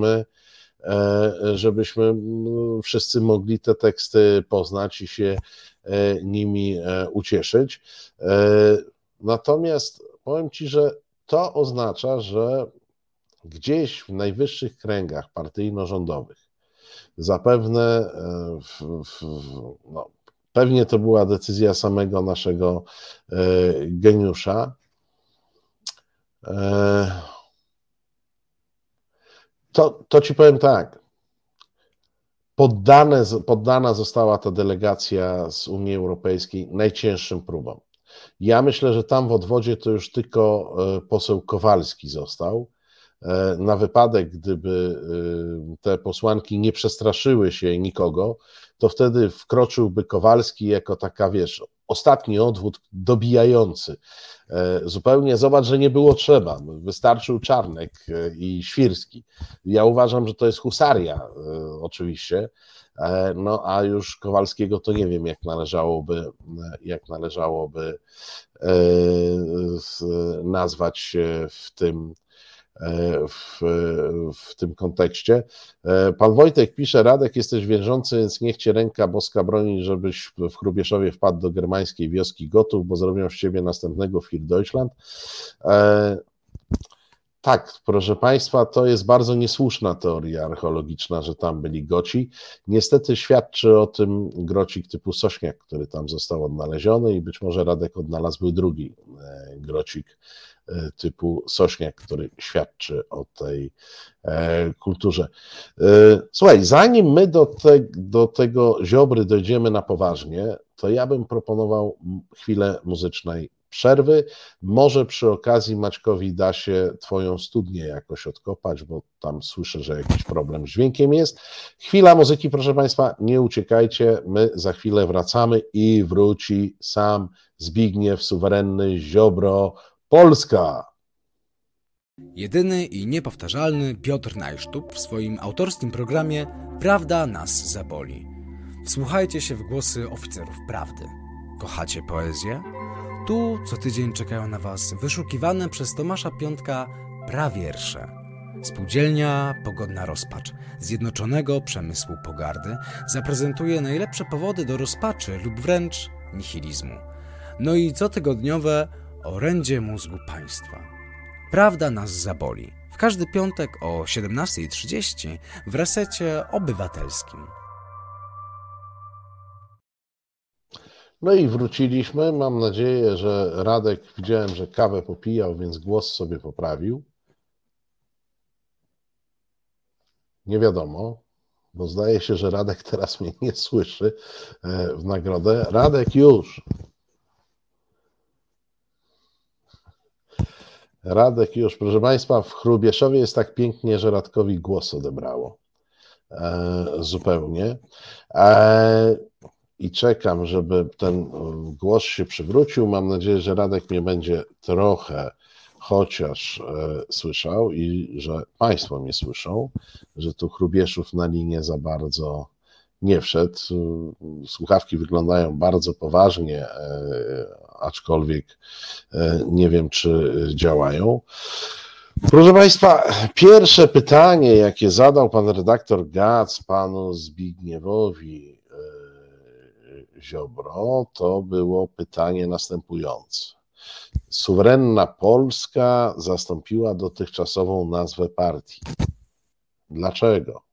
żebyśmy wszyscy mogli te teksty poznać i się nimi ucieszyć. Natomiast powiem ci, że to oznacza, że gdzieś w najwyższych kręgach partyjno-rządowych, zapewne pewnie to była decyzja samego naszego geniusza, to ci powiem tak, poddana została ta delegacja z Unii Europejskiej najcięższym próbom. Ja myślę, że tam w odwodzie to już tylko poseł Kowalski został, na wypadek, gdyby te posłanki nie przestraszyły się nikogo, to wtedy wkroczyłby Kowalski jako taka, wiesz, ostatni odwód dobijający. Zupełnie, zobacz, że nie było trzeba. Wystarczył Czarnek i Świrski. Ja uważam, że to jest husaria, oczywiście, no a już Kowalskiego to nie wiem, jak należałoby nazwać w tym kontekście. Pan Wojtek pisze: Radek, jesteś wierzący, więc niech cię ręka boska broni, żebyś w Hrubieszowie wpadł do germańskiej wioski Gotów, bo zrobią z ciebie następnego Für Deutschland. Tak, proszę Państwa, to jest bardzo niesłuszna teoria archeologiczna, że tam byli Goci. Niestety świadczy o tym grocik typu Sośniak, który tam został odnaleziony i być może Radek odnalazł drugi grocik typu Sośniak, który świadczy o tej kulturze. Słuchaj, zanim my do tego Ziobry dojdziemy na poważnie, to ja bym proponował chwilę muzycznej przerwy. Może przy okazji Maćkowi da się twoją studnię jakoś odkopać, bo tam słyszę, że jakiś problem z dźwiękiem jest. Chwila muzyki, proszę Państwa, nie uciekajcie, my za chwilę wracamy i wróci sam Zbigniew Suwerenny Ziobro, Polska. Jedyny i niepowtarzalny Piotr Najsztub w swoim autorskim programie Prawda nas zaboli. Wsłuchajcie się w głosy oficerów prawdy. Kochacie poezję? Tu co tydzień czekają na Was wyszukiwane przez Tomasza Piątka prawiersze. Spółdzielnia Pogodna Rozpacz Zjednoczonego Przemysłu Pogardy zaprezentuje najlepsze powody do rozpaczy lub wręcz nihilizmu. No i cotygodniowe orędzie mózgu państwa. Prawda nas zaboli. W każdy piątek o 17:30 w Resecie Obywatelskim. No i wróciliśmy. Mam nadzieję, że Radek, widziałem, że kawę popijał, więc głos sobie poprawił. Nie wiadomo, bo zdaje się, że Radek teraz mnie nie słyszy w nagrodę. Radek już. Radek już. Proszę Państwa, w Hrubieszowie jest tak pięknie, że Radkowi głos odebrało. Zupełnie. I czekam, żeby ten głos się przywrócił. Mam nadzieję, że Radek mnie będzie trochę chociaż słyszał i że Państwo mnie słyszą, że tu Hrubieszów na linię za bardzo nie wszedł. Słuchawki wyglądają bardzo poważnie, aczkolwiek nie wiem, czy działają. Proszę Państwa, pierwsze pytanie, jakie zadał pan redaktor Gac panu Zbigniewowi Ziobro, to było pytanie następujące. Suwerenna Polska zastąpiła dotychczasową nazwę partii. Dlaczego?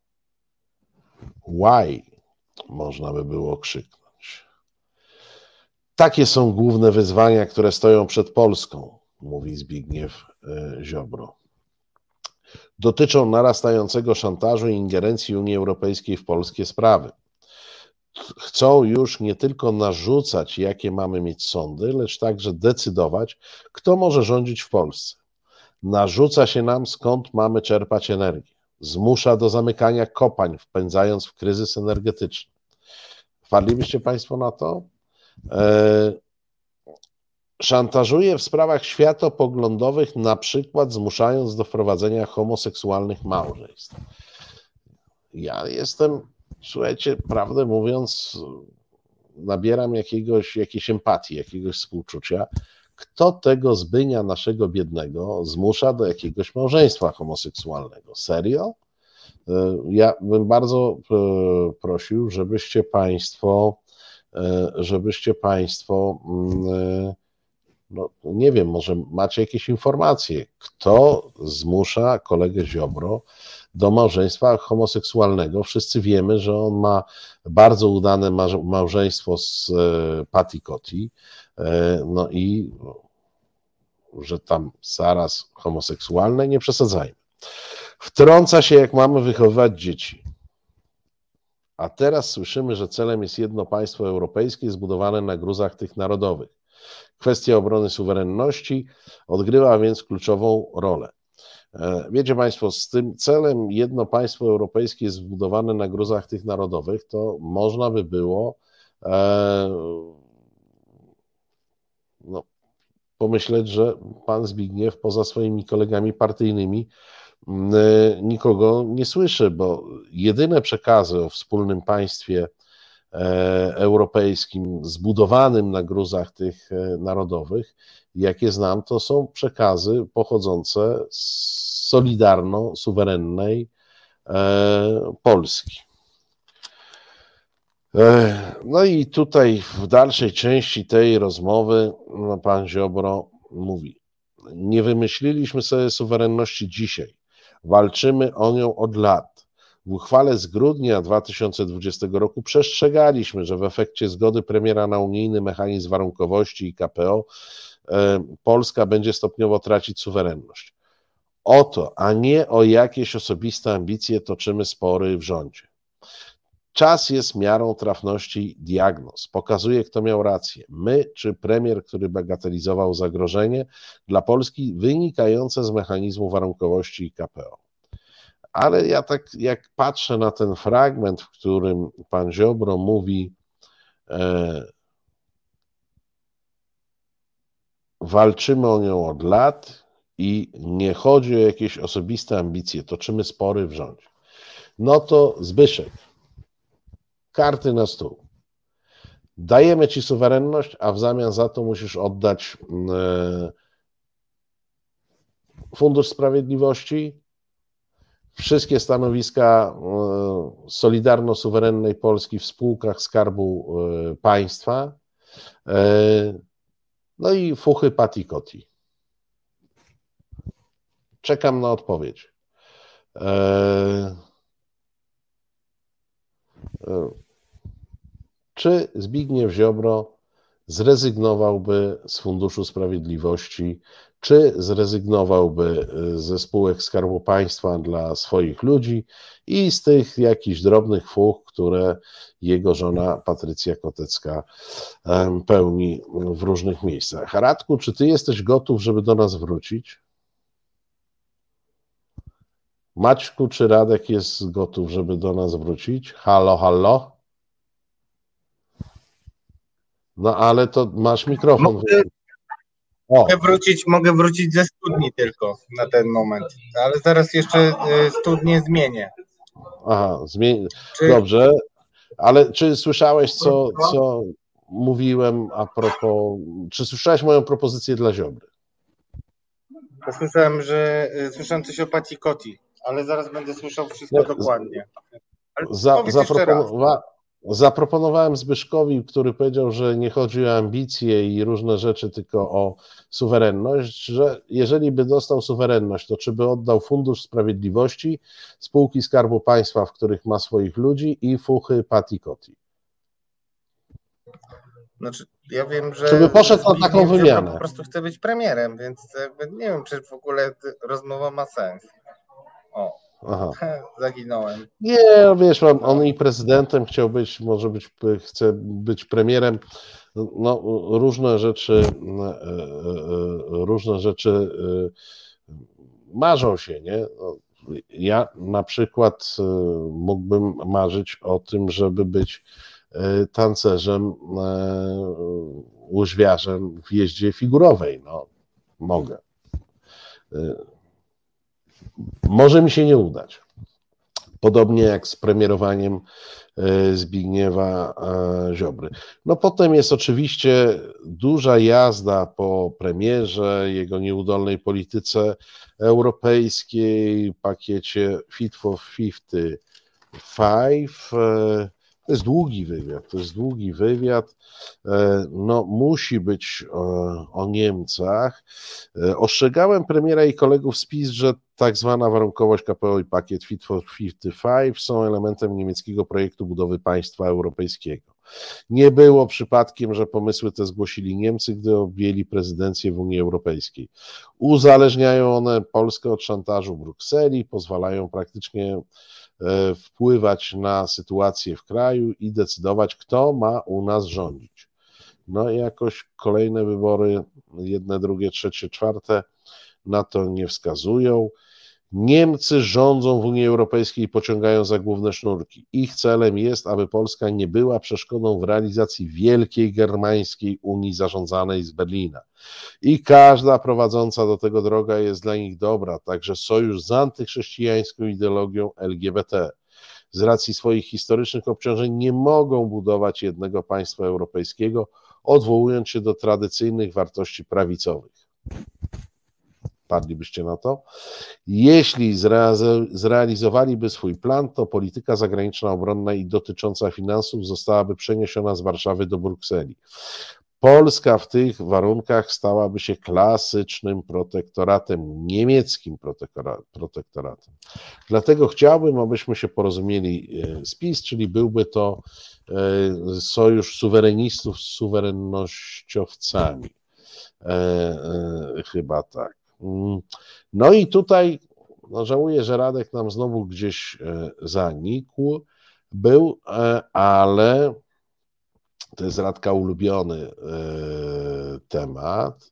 Why? Można by było krzyknąć. Takie są główne wyzwania, które stoją przed Polską, mówi Zbigniew Ziobro. Dotyczą narastającego szantażu i ingerencji Unii Europejskiej w polskie sprawy. Chcą już nie tylko narzucać, jakie mamy mieć sądy, lecz także decydować, kto może rządzić w Polsce. Narzuca się nam, skąd mamy czerpać energię. Zmusza do zamykania kopalń, wpędzając w kryzys energetyczny. Wpadlibyście Państwo na to? Szantażuje w sprawach światopoglądowych, na przykład zmuszając do wprowadzenia homoseksualnych małżeństw. Ja jestem, słuchajcie, prawdę mówiąc, nabieram jakiejś empatii, jakiegoś współczucia. Kto tego Zbynia naszego biednego zmusza do jakiegoś małżeństwa homoseksualnego? Serio? Ja bym bardzo prosił, żebyście Państwo no nie wiem, może macie jakieś informacje, kto zmusza kolegę Ziobro do małżeństwa homoseksualnego. Wszyscy wiemy, że on ma bardzo udane małżeństwo z Patty Coty, no i że tam zaraz homoseksualne, nie przesadzajmy. Wtrąca się, jak mamy wychowywać dzieci. A teraz słyszymy, że celem jest jedno państwo europejskie zbudowane na gruzach tych narodowych. Kwestia obrony suwerenności odgrywa więc kluczową rolę. Wiecie Państwo, z tym celem jedno państwo europejskie zbudowane na gruzach tych narodowych, to można by było pomyśleć, że pan Zbigniew poza swoimi kolegami partyjnymi nikogo nie słyszy, bo jedyne przekazy o wspólnym państwie europejskim zbudowanym na gruzach tych narodowych, jakie znam, to są przekazy pochodzące z solidarno-suwerennej Polski. No i tutaj w dalszej części tej rozmowy pan Ziobro mówi: nie wymyśliliśmy sobie suwerenności dzisiaj, walczymy o nią od lat. W uchwale z grudnia 2020 roku przestrzegaliśmy, że w efekcie zgody premiera na unijny mechanizm warunkowości i KPO Polska będzie stopniowo tracić suwerenność. O to, a nie o jakieś osobiste ambicje toczymy spory w rządzie. Czas jest miarą trafności diagnoz. Pokazuje, kto miał rację. My czy premier, który bagatelizował zagrożenie dla Polski wynikające z mechanizmu warunkowości i KPO. Ale ja tak jak patrzę na ten fragment, w którym pan Ziobro mówi, walczymy o nią od lat i nie chodzi o jakieś osobiste ambicje, toczymy spory w rządzie. No to Zbyszek, karty na stół. Dajemy ci suwerenność, a w zamian za to musisz oddać Fundusz Sprawiedliwości, wszystkie stanowiska solidarno-suwerennej Polski w spółkach Skarbu Państwa, no i fuchy Patty Coty. Czekam na odpowiedź. Czy Zbigniew Ziobro zrezygnowałby z Funduszu Sprawiedliwości, czy zrezygnowałby ze spółek Skarbu Państwa dla swoich ludzi i z tych jakichś drobnych fuch, które jego żona Patrycja Kotecka pełni w różnych miejscach. Radku, czy ty jesteś gotów, żeby do nas wrócić? Maćku, czy Radek jest gotów, żeby do nas wrócić? Halo, halo? No ale to masz mikrofon. Mogę wrócić ze studni tylko na ten moment, ale zaraz jeszcze studnię zmienię. Aha, dobrze, ale czy słyszałeś, co mówiłem a propos, czy słyszałeś moją propozycję dla Ziobry? Słyszałem coś o Patikoti, ale zaraz będę słyszał wszystko dokładnie. Ale powiedz jeszcze raz. Zaproponowałem Zbyszkowi, który powiedział, że nie chodzi o ambicje i różne rzeczy, tylko o suwerenność, że jeżeli by dostał suwerenność, to czy by oddał Fundusz Sprawiedliwości, spółki Skarbu Państwa, w których ma swoich ludzi i fuchy Patikoti. Znaczy, ja wiem, że Czy by poszedł na taką wymianę? Po prostu chce być premierem, więc nie wiem, czy w ogóle rozmowa ma sens. Aha. Zaginąłem. Nie, wiesz, on i prezydentem chciał być, chce być premierem. No, różne rzeczy marzą się, nie? Ja na przykład mógłbym marzyć o tym, żeby być tancerzem, łyżwiarzem w jeździe figurowej. No, mogę. Może mi się nie udać. Podobnie jak z premierowaniem Zbigniewa Ziobry. No potem jest oczywiście duża jazda po premierze, jego nieudolnej polityce europejskiej, pakiecie Fit for 55. To jest długi wywiad. No, musi być o Niemcach. Ostrzegałem premiera i kolegów z PiS, że tak zwana warunkowość KPO i pakiet Fit for 55 są elementem niemieckiego projektu budowy państwa europejskiego. Nie było przypadkiem, że pomysły te zgłosili Niemcy, gdy objęli prezydencję w Unii Europejskiej. Uzależniają one Polskę od szantażu Brukseli, pozwalają praktycznie wpływać na sytuację w kraju i decydować, kto ma u nas rządzić. No i jakoś kolejne wybory, jedne, drugie, trzecie, czwarte, na to nie wskazują. Niemcy rządzą w Unii Europejskiej i pociągają za główne sznurki. Ich celem jest, aby Polska nie była przeszkodą w realizacji wielkiej germańskiej Unii zarządzanej z Berlina. I każda prowadząca do tego droga jest dla nich dobra, także sojusz z antychrześcijańską ideologią LGBT. Z racji swoich historycznych obciążeń nie mogą budować jednego państwa europejskiego, odwołując się do tradycyjnych wartości prawicowych. Padlibyście na to? Jeśli zrealizowaliby swój plan, to polityka zagraniczna, obronna i dotycząca finansów zostałaby przeniesiona z Warszawy do Brukseli. Polska w tych warunkach stałaby się klasycznym protektoratem, niemieckim protektoratem. Dlatego chciałbym, abyśmy się porozumieli z PiS, czyli byłby to sojusz suwerenistów z suwerennościowcami. Chyba tak. No i tutaj żałuję, że Radek nam znowu gdzieś zanikł, ale to jest Radka ulubiony temat.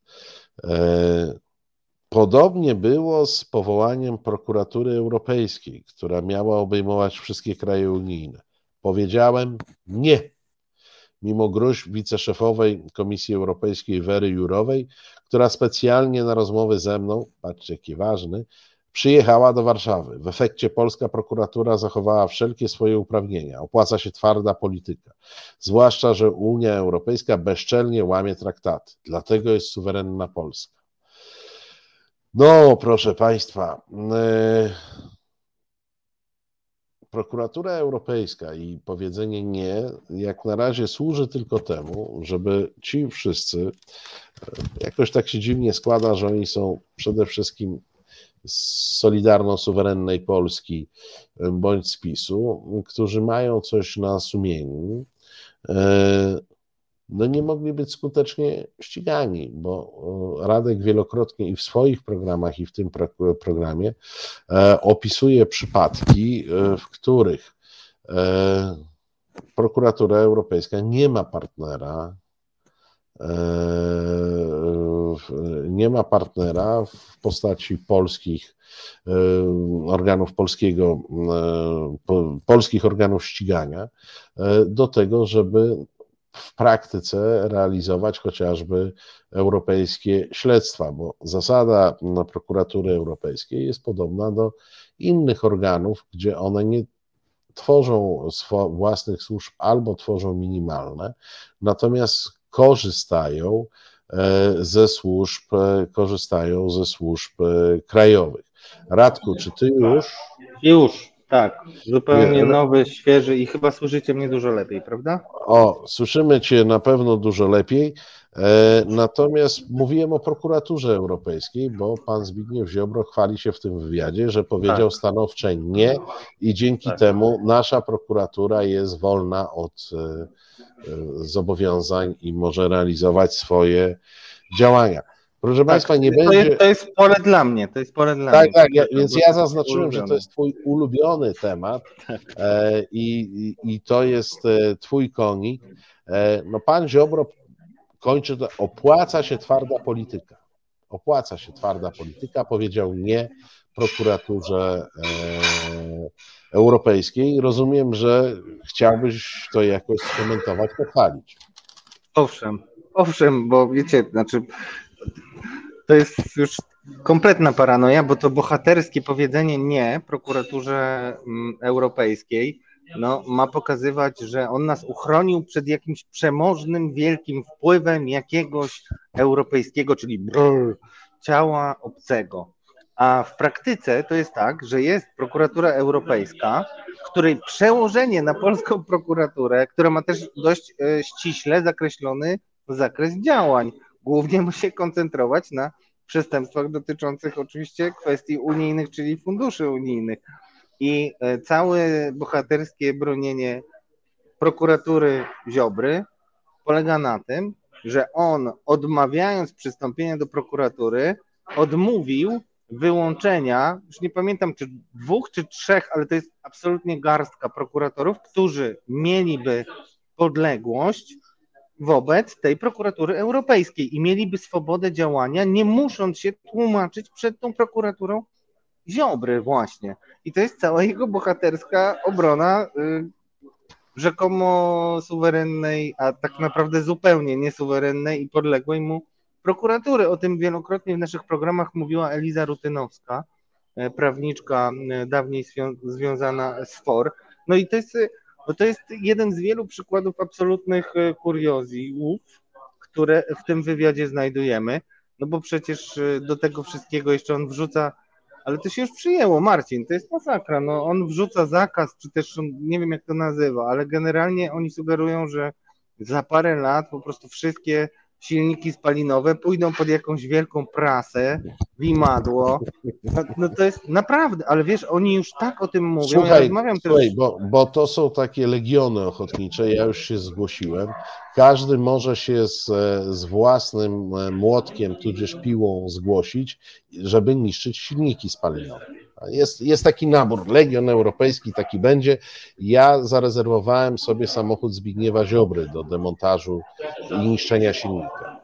Podobnie było z powołaniem prokuratury europejskiej, która miała obejmować wszystkie kraje unijne. Powiedziałem nie. Mimo gróźb wiceszefowej Komisji Europejskiej Wery Jourowej, która specjalnie na rozmowy ze mną, patrzcie jaki ważny, przyjechała do Warszawy. W efekcie polska prokuratura zachowała wszelkie swoje uprawnienia. Opłaca się twarda polityka. Zwłaszcza, że Unia Europejska bezczelnie łamie traktaty. Dlatego jest suwerenna Polska. No, proszę Państwa, Prokuratura Europejska i powiedzenie nie, jak na razie służy tylko temu, żeby ci wszyscy, jakoś tak się dziwnie składa, że oni są przede wszystkim z Solidarno-Suwerennej Polski bądź z PiS-u, którzy mają coś na sumieniu, no nie mogli być skutecznie ścigani, bo Radek wielokrotnie i w swoich programach, i w tym programie opisuje przypadki, w których prokuratura europejska nie ma partnera w postaci polskich organów polskich organów ścigania do tego, żeby w praktyce realizować chociażby europejskie śledztwa, bo zasada prokuratury europejskiej jest podobna do innych organów, gdzie one nie tworzą własnych służb albo tworzą minimalne, natomiast korzystają ze służb, korzystają ze służb krajowych. Radku, czy ty już? Już, tak. Zupełnie nowy, świeży i chyba słyszycie mnie dużo lepiej, prawda? Słyszymy cię na pewno dużo lepiej. Natomiast mówiłem o prokuraturze europejskiej, bo pan Zbigniew Ziobro chwali się w tym wywiadzie, że powiedział stanowcze nie i dzięki temu nasza prokuratura jest wolna od zobowiązań i może realizować swoje działania. Proszę Państwa, nie będzie... To jest pole dla mnie, Tak, więc ja zaznaczyłem, że to jest twój ulubiony temat i to jest twój konik. No pan Ziobro kończy to, opłaca się twarda polityka, powiedział nie prokuraturze europejskiej. Rozumiem, że chciałbyś to jakoś skomentować, pochwalić. Owszem, bo wiecie, znaczy to jest już kompletna paranoja, bo to bohaterskie powiedzenie nie prokuraturze europejskiej ma pokazywać, że on nas uchronił przed jakimś przemożnym, wielkim wpływem jakiegoś europejskiego, czyli ciała obcego. A w praktyce to jest tak, że jest prokuratura europejska, której przełożenie na polską prokuraturę, która ma też dość ściśle zakreślony zakres działań, głównie musi się koncentrować na przestępstwach dotyczących oczywiście kwestii unijnych, czyli funduszy unijnych. I całe bohaterskie bronienie prokuratury Ziobry polega na tym, że on, odmawiając przystąpienia do prokuratury, odmówił wyłączenia, już nie pamiętam czy 2 czy 3, ale to jest absolutnie garstka prokuratorów, którzy mieliby podległość wobec tej prokuratury europejskiej i mieliby swobodę działania, nie musząc się tłumaczyć przed tą prokuraturą Ziobry właśnie. I to jest cała jego bohaterska obrona rzekomo suwerennej, a tak naprawdę zupełnie niesuwerennej i podległej mu prokuratury. O tym wielokrotnie w naszych programach mówiła Eliza Rutynowska, prawniczka dawniej związana z FOR. No i to jest jeden z wielu przykładów absolutnych kuriozów, które w tym wywiadzie znajdujemy, no bo przecież do tego wszystkiego jeszcze on wrzuca, ale to się już przyjęło, Marcin, to jest masakra, no on wrzuca zakaz, czy też nie wiem jak to nazywa, ale generalnie oni sugerują, że za parę lat po prostu wszystkie silniki spalinowe pójdą pod jakąś wielką prasę, wimadło. No to jest naprawdę, ale wiesz, oni już tak o tym mówią. Słuchaj, bo to są takie legiony ochotnicze, ja już się zgłosiłem. Każdy może się z własnym młotkiem, tudzież piłą zgłosić, żeby niszczyć silniki spalinowe. Jest taki nabór, Legion Europejski taki będzie. Ja zarezerwowałem sobie samochód Zbigniewa Ziobry do demontażu i niszczenia silnika.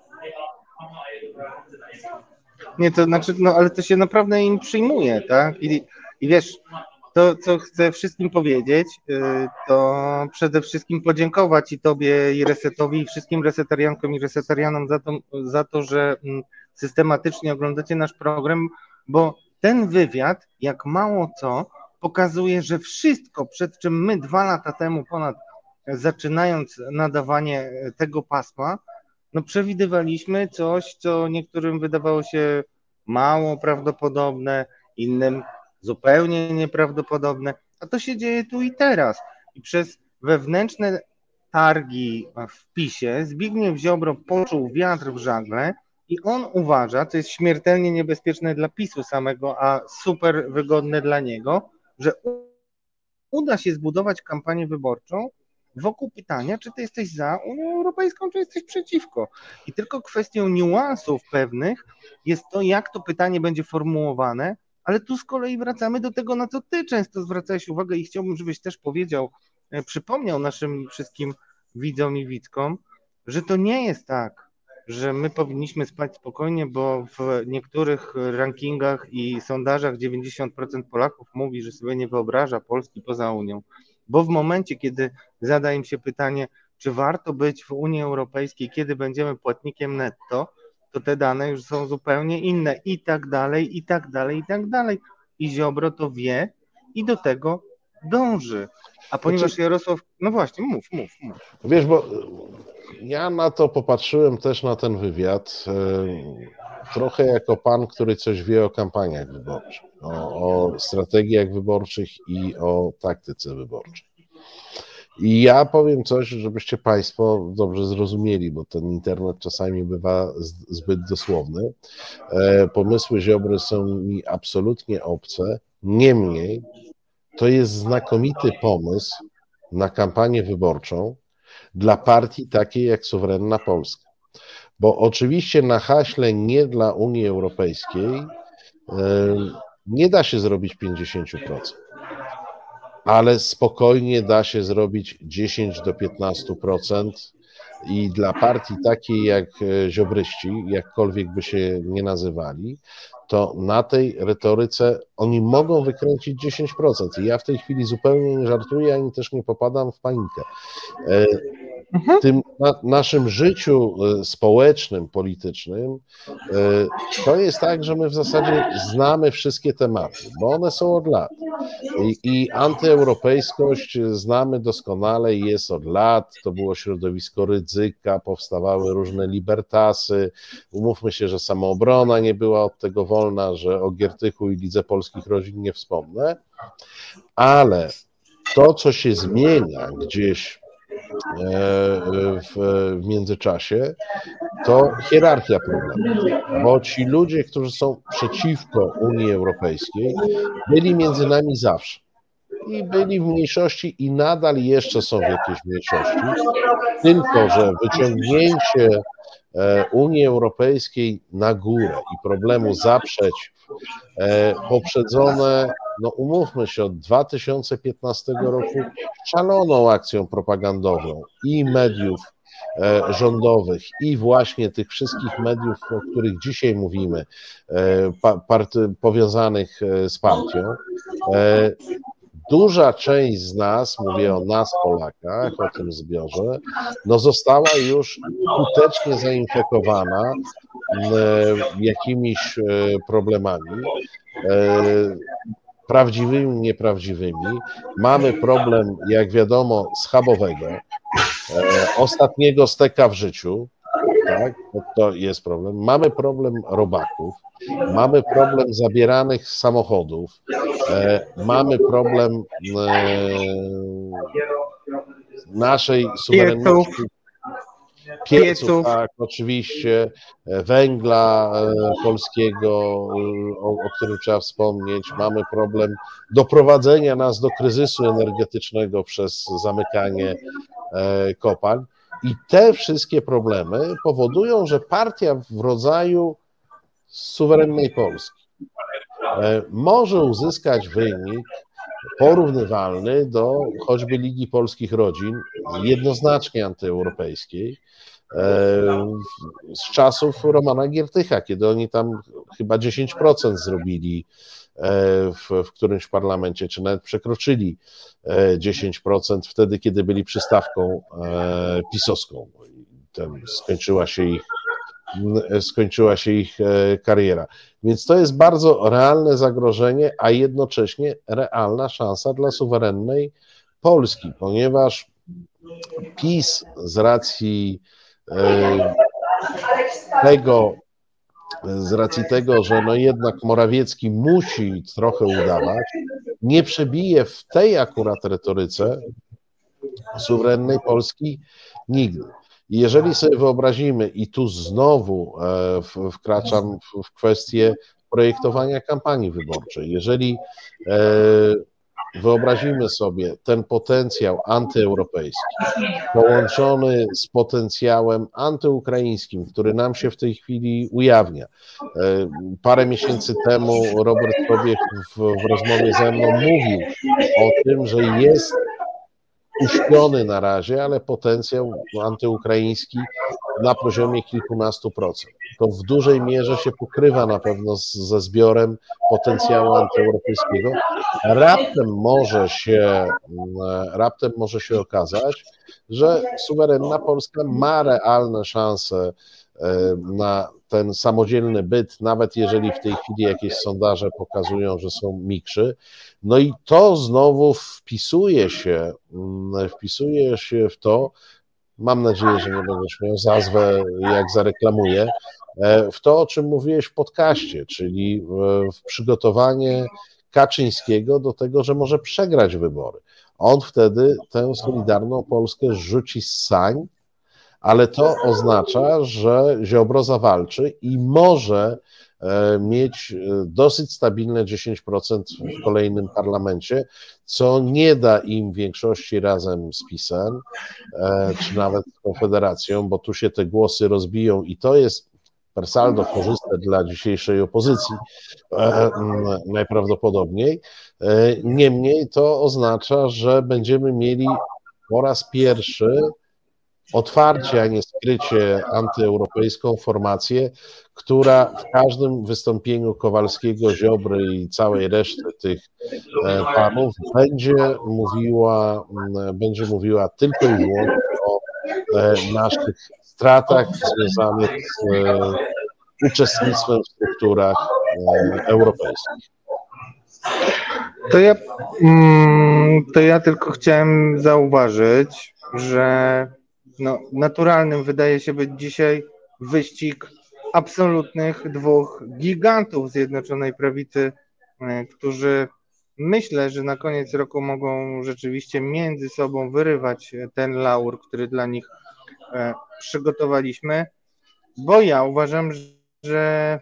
Nie, to znaczy, no ale to się naprawdę im przyjmuje, tak? I wiesz, to co chcę wszystkim powiedzieć, to przede wszystkim podziękować i tobie, i Resetowi, i wszystkim resetariankom i resetarianom za to, że systematycznie oglądacie nasz program, bo ten wywiad, jak mało co, pokazuje, że wszystko, przed czym my 2 lata temu ponad zaczynając nadawanie tego pasma, no przewidywaliśmy coś, co niektórym wydawało się mało prawdopodobne, innym zupełnie nieprawdopodobne, a to się dzieje tu i teraz. I przez wewnętrzne targi w PiS-ie Zbigniew Ziobro poczuł wiatr w żagle i on uważa, co jest śmiertelnie niebezpieczne dla PiS-u samego, a super wygodne dla niego, że uda się zbudować kampanię wyborczą wokół pytania, czy ty jesteś za Unią Europejską, czy jesteś przeciwko. I tylko kwestią niuansów pewnych jest to, jak to pytanie będzie formułowane, ale tu z kolei wracamy do tego, na co ty często zwracałeś uwagę i chciałbym, żebyś też powiedział, przypomniał naszym wszystkim widzom i widzkom, że to nie jest tak, że my powinniśmy spać spokojnie, bo w niektórych rankingach i sondażach 90% Polaków mówi, że sobie nie wyobraża Polski poza Unią. Bo w momencie, kiedy zada im się pytanie, czy warto być w Unii Europejskiej, kiedy będziemy płatnikiem netto, to te dane już są zupełnie inne i tak dalej, i tak dalej, i tak dalej. I Ziobro to wie i do tego dąży. A ponieważ Jarosław... No właśnie, mów. Wiesz, bo ja na to popatrzyłem też na ten wywiad trochę jako pan, który coś wie o kampaniach wyborczych, o strategiach wyborczych i o taktyce wyborczej. I ja powiem coś, żebyście Państwo dobrze zrozumieli, bo ten internet czasami bywa zbyt dosłowny. Pomysły Ziobry są mi absolutnie obce. Niemniej to jest znakomity pomysł na kampanię wyborczą dla partii takiej jak Suwerenna Polska. Bo oczywiście na haśle nie dla Unii Europejskiej nie da się zrobić 50%. Ale spokojnie da się zrobić 10 do 15% i dla partii takiej jak ziobryści, jakkolwiek by się nie nazywali, to na tej retoryce oni mogą wykręcić 10%. I ja w tej chwili zupełnie nie żartuję, ani też nie popadam w panikę. W tym naszym życiu społecznym, politycznym to jest tak, że my w zasadzie znamy wszystkie tematy, bo one są od lat. I antyeuropejskość znamy doskonale i jest od lat. To było środowisko Rydzyka, powstawały różne libertasy. Umówmy się, że samoobrona nie była od tego wolna, że o Giertychu i Lidze Polskich Rodzin nie wspomnę, ale to, co się zmienia gdzieś w międzyczasie, to hierarchia problemu, bo ci ludzie, którzy są przeciwko Unii Europejskiej, byli między nami zawsze i byli w mniejszości i nadal jeszcze są w jakiejś mniejszości, tylko że wyciągnięcie Unii Europejskiej na górę i problemu zaprzeć poprzedzone, no umówmy się, od 2015 roku szaloną akcją propagandową i mediów rządowych i właśnie tych wszystkich mediów, o których dzisiaj mówimy, powiązanych z partią. Duża część z nas, mówię o nas Polakach, o tym zbiorze, no została już skutecznie zainfekowana jakimiś problemami, prawdziwymi, nieprawdziwymi. Mamy problem, jak wiadomo, schabowego, ostatniego steka w życiu, tak? To jest problem. Mamy problem robaków, mamy problem zabieranych samochodów, mamy problem naszej suwerenności, pieców, tak, oczywiście, węgla polskiego, o którym trzeba wspomnieć, mamy problem doprowadzenia nas do kryzysu energetycznego przez zamykanie kopalń i te wszystkie problemy powodują, że partia w rodzaju suwerennej Polski może uzyskać wynik porównywalny do choćby Ligi Polskich Rodzin, jednoznacznie antyeuropejskiej, z czasów Romana Giertycha, kiedy oni tam chyba 10% zrobili w którymś parlamencie, czy nawet przekroczyli 10% wtedy, kiedy byli przystawką pisowską. Skończyła się ich kariera. Więc to jest bardzo realne zagrożenie, a jednocześnie realna szansa dla suwerennej Polski, ponieważ PiS z racji tego, że no jednak Morawiecki musi trochę udawać, nie przebije w tej akurat retoryce suwerennej Polski nigdy. I jeżeli sobie wyobrazimy, i tu znowu wkraczam w kwestię projektowania kampanii wyborczej, jeżeli wyobrazimy sobie ten potencjał antyeuropejski połączony z potencjałem antyukraińskim, który nam się w tej chwili ujawnia. Parę miesięcy temu Robert Sobiech w rozmowie ze mną mówił o tym, że jest uśpiony na razie, ale potencjał antyukraiński na poziomie kilkunastu procent. To w dużej mierze się pokrywa na pewno ze zbiorem potencjału antyeuropejskiego. Raptem może się okazać, że suwerenna Polska ma realne szanse na ten samodzielny byt, nawet jeżeli w tej chwili jakieś sondaże pokazują, że są mikrzy. No i to znowu wpisuje się w to, mam nadzieję, że nie będziesz miał zazwę, jak zareklamuję, w to, o czym mówiłeś w podcaście, czyli w przygotowanie Kaczyńskiego do tego, że może przegrać wybory. On wtedy tę Solidarną Polskę rzuci z sań, ale to oznacza, że Ziobro zawalczy i może mieć dosyć stabilne 10% w kolejnym parlamencie, co nie da im większości razem z PiS-em, czy nawet z Konfederacją, bo tu się te głosy rozbiją i to jest per saldo korzystne dla dzisiejszej opozycji najprawdopodobniej. Niemniej to oznacza, że będziemy mieli po raz pierwszy otwarcie, a nie skrycie antyeuropejską formację, która w każdym wystąpieniu Kowalskiego, Ziobry i całej reszty tych panów będzie mówiła tylko i wyłącznie o naszych stratach związanych z uczestnictwem w strukturach europejskich. To ja tylko chciałem zauważyć, że naturalnym wydaje się być dzisiaj wyścig absolutnych dwóch gigantów Zjednoczonej Prawicy, którzy myślę, że na koniec roku mogą rzeczywiście między sobą wyrywać ten laur, który dla nich przygotowaliśmy, bo ja uważam, że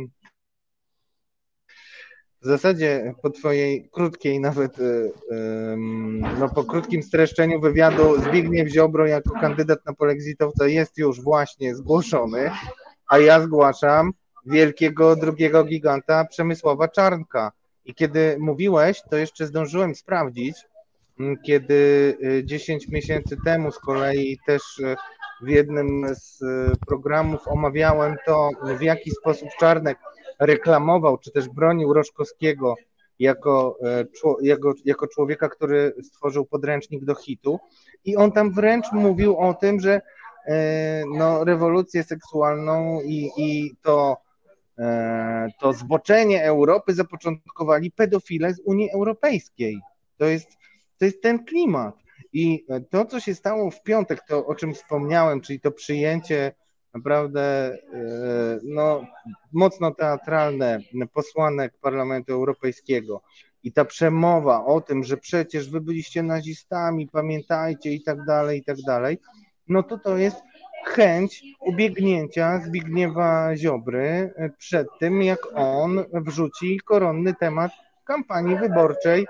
w zasadzie po twojej krótkiej nawet, po krótkim streszczeniu wywiadu Zbigniew Ziobro jako kandydat na polexitowca jest już właśnie zgłoszony, a ja zgłaszam wielkiego drugiego giganta Przemysława Czarnka. I kiedy mówiłeś, to jeszcze zdążyłem sprawdzić, kiedy 10 miesięcy temu z kolei też w jednym z programów omawiałem to, w jaki sposób Czarnek reklamował, czy też bronił Roszkowskiego jako człowieka, który stworzył podręcznik do hitu. I on tam wręcz mówił o tym, że rewolucję seksualną i to zboczenie Europy zapoczątkowali pedofile z Unii Europejskiej. To jest ten klimat. I to, co się stało w piątek, to o czym wspomniałem, czyli to przyjęcie naprawdę mocno teatralne posłanek Parlamentu Europejskiego i ta przemowa o tym, że przecież wy byliście nazistami, pamiętajcie i tak dalej, no to jest chęć ubiegnięcia Zbigniewa Ziobry przed tym, jak on wrzuci koronny temat kampanii wyborczej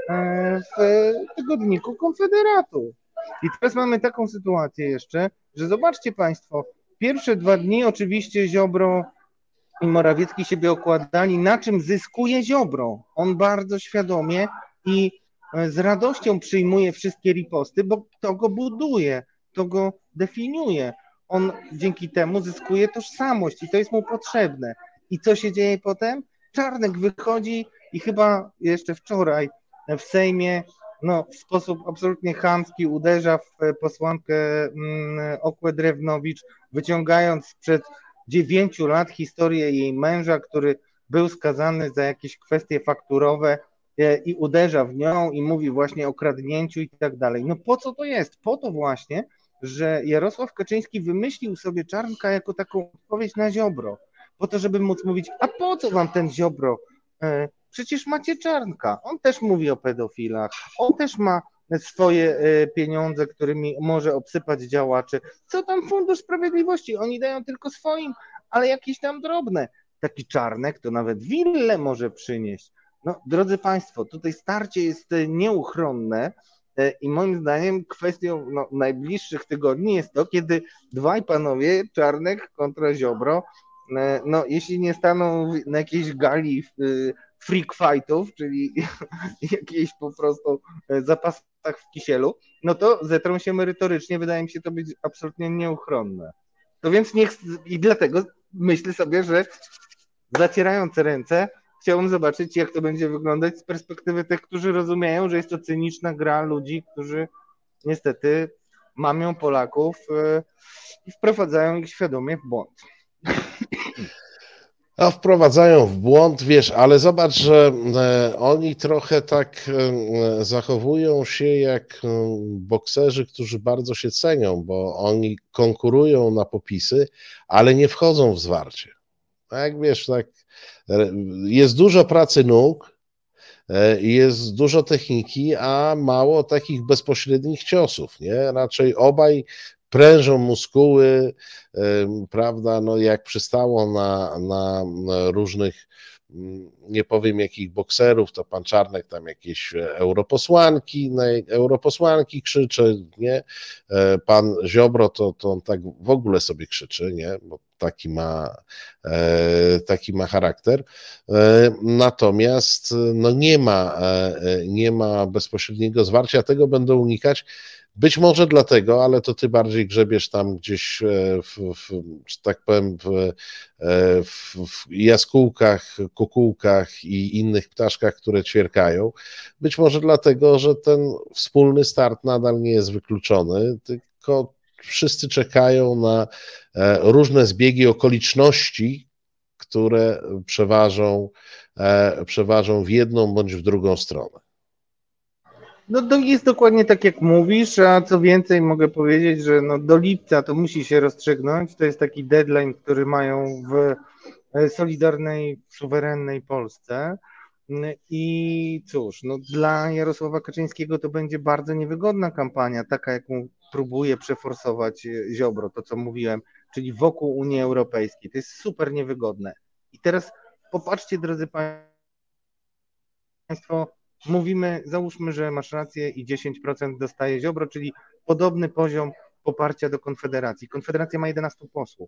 w tygodniku Konfederatu. I teraz mamy taką sytuację jeszcze, że zobaczcie Państwo, pierwsze 2 dni oczywiście Ziobro i Morawiecki siebie okładali, na czym zyskuje Ziobro. On bardzo świadomie i z radością przyjmuje wszystkie riposty, bo to go buduje, to go definiuje. On dzięki temu zyskuje tożsamość i to jest mu potrzebne. I co się dzieje potem? Czarnek wychodzi i chyba jeszcze wczoraj w Sejmie w sposób absolutnie chamski uderza w posłankę Okłę-Drewnowicz, wyciągając sprzed 9 lat historię jej męża, który był skazany za jakieś kwestie fakturowe i uderza w nią i mówi właśnie o kradnięciu i tak dalej. No po co to jest? Po to właśnie, że Jarosław Kaczyński wymyślił sobie Czarnka jako taką odpowiedź na Ziobro. Po to, żeby móc mówić, a po co wam ten Ziobro? Przecież macie Czarnka, on też mówi o pedofilach, on też ma swoje pieniądze, którymi może obsypać działaczy. Co tam Fundusz Sprawiedliwości? Oni dają tylko swoim, ale jakieś tam drobne. Taki Czarnek to nawet willę może przynieść. No, drodzy Państwo, tutaj starcie jest nieuchronne i moim zdaniem kwestią najbliższych tygodni jest to, kiedy dwaj panowie, Czarnek kontra Ziobro, jeśli nie staną na jakiejś gali freak fightów, czyli jakiejś po prostu zapasach w kisielu, no to zetrą się merytorycznie, wydaje mi się to być absolutnie nieuchronne. To więc i dlatego myślę sobie, że zacierając ręce, chciałbym zobaczyć, jak to będzie wyglądać z perspektywy tych, którzy rozumieją, że jest to cyniczna gra ludzi, którzy niestety mamią Polaków i wprowadzają ich świadomie w błąd. A wprowadzają w błąd, wiesz, ale zobacz, że oni trochę tak zachowują się jak bokserzy, którzy bardzo się cenią, bo oni konkurują na popisy, ale nie wchodzą w zwarcie. Tak, wiesz, tak, jest dużo pracy nóg, jest dużo techniki, a mało takich bezpośrednich ciosów, nie? Raczej obaj prężą muskuły, prawda, no jak przystało na różnych, nie powiem jakich bokserów, to pan Czarnek tam jakieś europosłanki krzycze, nie? Pan Ziobro to on tak w ogóle sobie krzyczy, nie? Bo taki ma charakter. Natomiast no nie ma bezpośredniego zwarcia, tego będą unikać. Być może dlatego, ale to ty bardziej grzebiesz tam gdzieś że tak powiem, w jaskółkach, kukułkach i innych ptaszkach, które ćwierkają. Być może dlatego, że ten wspólny start nadal nie jest wykluczony, tylko wszyscy czekają na różne zbiegi okoliczności, które przeważą w jedną bądź w drugą stronę. No to jest dokładnie tak, jak mówisz, a co więcej mogę powiedzieć, że no do lipca to musi się rozstrzygnąć. To jest taki deadline, który mają w solidarnej, suwerennej Polsce. I cóż, no dla Jarosława Kaczyńskiego to będzie bardzo niewygodna kampania, taka jaką próbuje przeforsować Ziobro, to co mówiłem, czyli wokół Unii Europejskiej. To jest super niewygodne. I teraz popatrzcie, drodzy Państwo, mówimy, załóżmy, że masz rację i 10% dostaje Ziobro, czyli podobny poziom poparcia do Konfederacji. Konfederacja ma 11 posłów.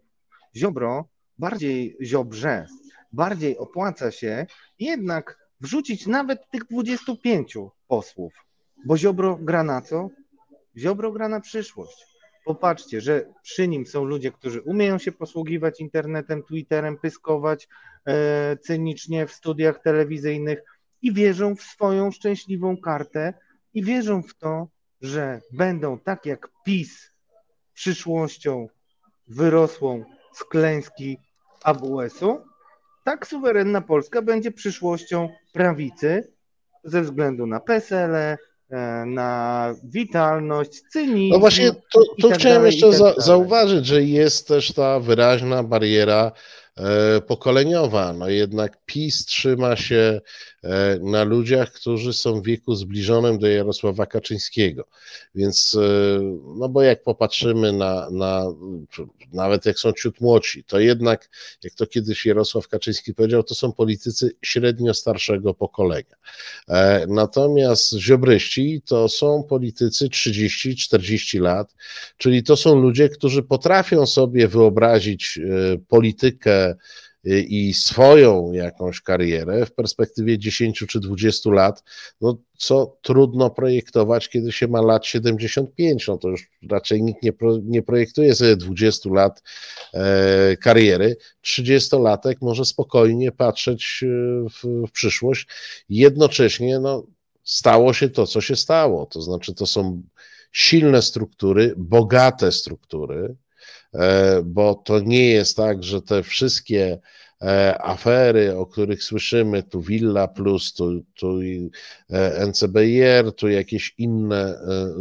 Ziobrze bardziej opłaca się jednak wrzucić nawet tych 25 posłów, bo Ziobro gra na co? Ziobro gra na przyszłość. Popatrzcie, że przy nim są ludzie, którzy umieją się posługiwać internetem, Twitterem, pyskować cynicznie w studiach telewizyjnych, i wierzą w swoją szczęśliwą kartę i wierzą w to, że będą tak jak PiS przyszłością wyrosłą z klęski AWS-u, tak suwerenna Polska będzie przyszłością prawicy ze względu na PSL, na witalność, cynizm. No właśnie, tu tak chciałem dalej, jeszcze tak zauważyć, że jest też ta wyraźna bariera pokoleniowa. No jednak PiS trzyma się na ludziach, którzy są w wieku zbliżonym do Jarosława Kaczyńskiego. Więc, no bo jak popatrzymy nawet jak są ciut młodsi, to jednak, jak to kiedyś Jarosław Kaczyński powiedział, to są politycy średnio starszego pokolenia. Natomiast ziobryści to są politycy 30-40 lat, czyli to są ludzie, którzy potrafią sobie wyobrazić politykę i swoją jakąś karierę w perspektywie 10 czy 20 lat, no co trudno projektować, kiedy się ma lat 75, no to już raczej nikt nie projektuje sobie 20 lat kariery, 30-latek może spokojnie patrzeć w przyszłość, jednocześnie no, stało się to, co się stało, to znaczy to są silne struktury, bogate struktury, bo to nie jest tak, że te wszystkie afery, o których słyszymy, tu Villa Plus, tu NCBR, tu jakieś inne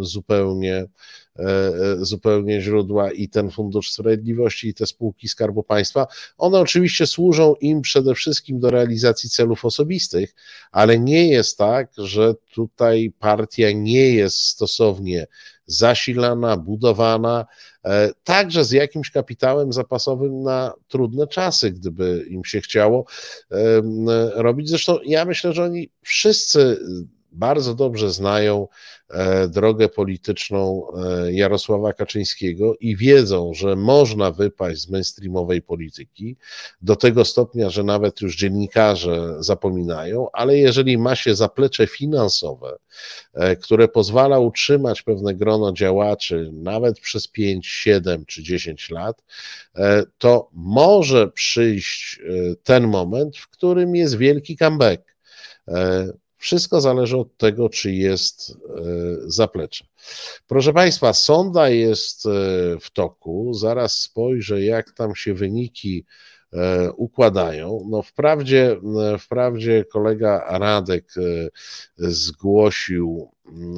zupełnie źródła i ten Fundusz Sprawiedliwości i te spółki Skarbu Państwa, one oczywiście służą im przede wszystkim do realizacji celów osobistych, ale nie jest tak, że tutaj partia nie jest stosownie zasilana, budowana, także z jakimś kapitałem zapasowym na trudne czasy, gdyby im się chciało robić. Zresztą ja myślę, że oni wszyscy bardzo dobrze znają drogę polityczną Jarosława Kaczyńskiego i wiedzą, że można wypaść z mainstreamowej polityki do tego stopnia, że nawet już dziennikarze zapominają, ale jeżeli ma się zaplecze finansowe, które pozwala utrzymać pewne grono działaczy nawet przez 5, 7 czy 10 lat, to może przyjść ten moment, w którym jest wielki comeback. Wszystko zależy od tego, czy jest zaplecze. Proszę Państwa, sonda jest w toku. Zaraz spojrzę, jak tam się wyniki układają. No wprawdzie kolega Radek zgłosił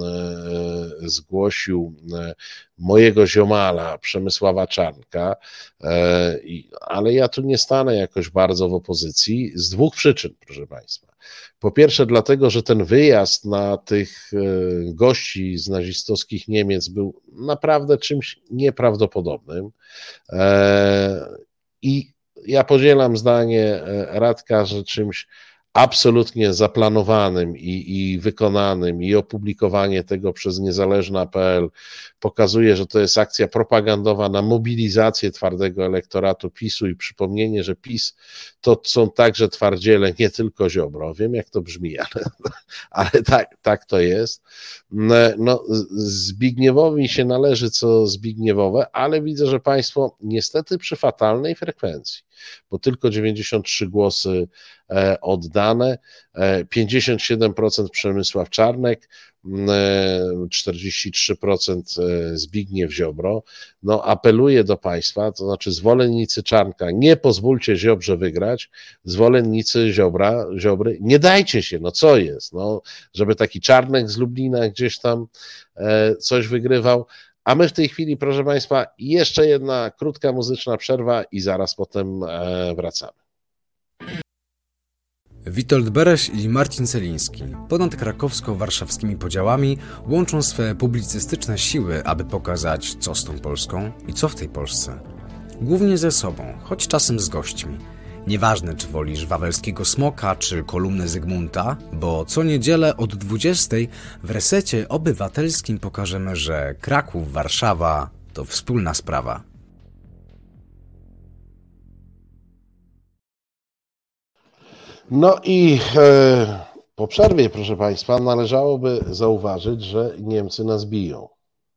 mojego ziomala Przemysława Czarnka, ale ja tu nie stanę jakoś bardzo w opozycji z dwóch przyczyn, proszę Państwa. Po pierwsze dlatego, że ten wyjazd na tych gości z nazistowskich Niemiec był naprawdę czymś nieprawdopodobnym i ja podzielam zdanie Radka, że czymś absolutnie zaplanowanym i wykonanym i opublikowanie tego przez niezależna.pl pokazuje, że to jest akcja propagandowa na mobilizację twardego elektoratu PiS-u i przypomnienie, że PiS to są także twardziele, nie tylko Ziobro. Wiem, jak to brzmi, ale tak to jest. No, Zbigniewowi się należy co Zbigniewowe, ale widzę, że państwo niestety przy fatalnej frekwencji, bo tylko 93 głosy oddane, 57% Przemysław Czarnek, 43% Zbigniew Ziobro. No apeluję do państwa, to znaczy zwolennicy Czarnka, nie pozwólcie Ziobrze wygrać, zwolennicy Ziobry, nie dajcie się, no co jest, no, żeby taki Czarnek z Lublina gdzieś tam coś wygrywał. A my w tej chwili, proszę państwa, jeszcze jedna krótka muzyczna przerwa i zaraz potem wracamy. Witold Bereś i Marcin Celiński ponad krakowsko-warszawskimi podziałami łączą swe publicystyczne siły, aby pokazać, co z tą Polską i co w tej Polsce. Głównie ze sobą, choć czasem z gośćmi. Nieważne, czy wolisz Wawelskiego Smoka, czy kolumnę Zygmunta, bo co niedzielę od 20:00 w Resecie Obywatelskim pokażemy, że Kraków, Warszawa to wspólna sprawa. No i po przerwie, proszę państwa, należałoby zauważyć, że Niemcy nas biją.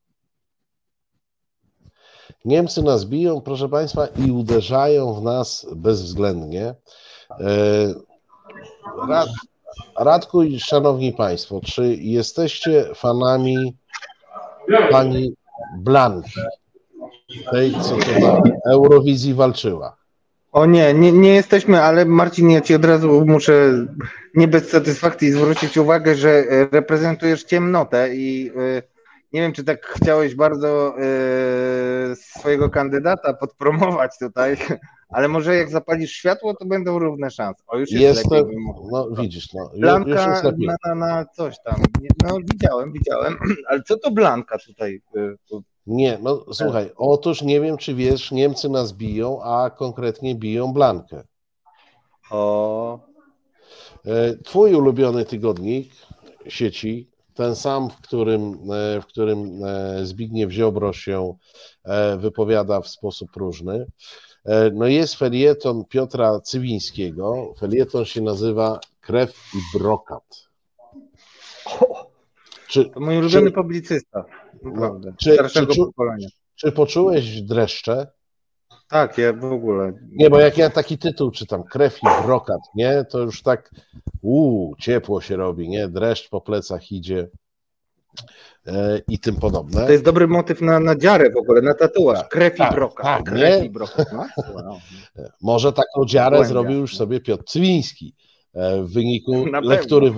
Niemcy nas biją, proszę państwa, i uderzają w nas bezwzględnie. Radku i szanowni państwo, czy jesteście fanami pani Blanki, tej, co to na Eurowizji walczyła? O nie jesteśmy, ale Marcin, ja ci od razu muszę nie bez satysfakcji zwrócić uwagę, że reprezentujesz ciemnotę i nie wiem, czy tak chciałeś bardzo swojego kandydata podpromować tutaj, ale może jak zapalisz światło, to będą równe szanse. O, już jest lepiej. No widzisz, no. Blanka już jest lepiej. na coś tam. No widziałem, ale co to Blanka tutaj? Nie, no słuchaj, otóż nie wiem, czy wiesz, Niemcy nas biją, a konkretnie biją Blankę. Twój ulubiony tygodnik sieci, ten sam, w którym Zbigniew Ziobro się wypowiada w sposób różny, no jest felieton Piotra Cywińskiego. Felieton się nazywa Krew i brokat. To mój ulubiony publicysta. Naprawdę. Czy poczułeś dreszcze? Tak, ja w ogóle. Nie, bo jak ja taki tytuł czytam, Krew i brokat, nie, to już tak ciepło się robi, nie, dreszcz po plecach idzie i tym podobne. To jest dobry motyw na dziarę w ogóle, na tatuaż. Krew i brokat. Tak, Krew nie? i brokat. No. Może taką dziarę zrobił już sobie Piotr Cywiński w wyniku lektury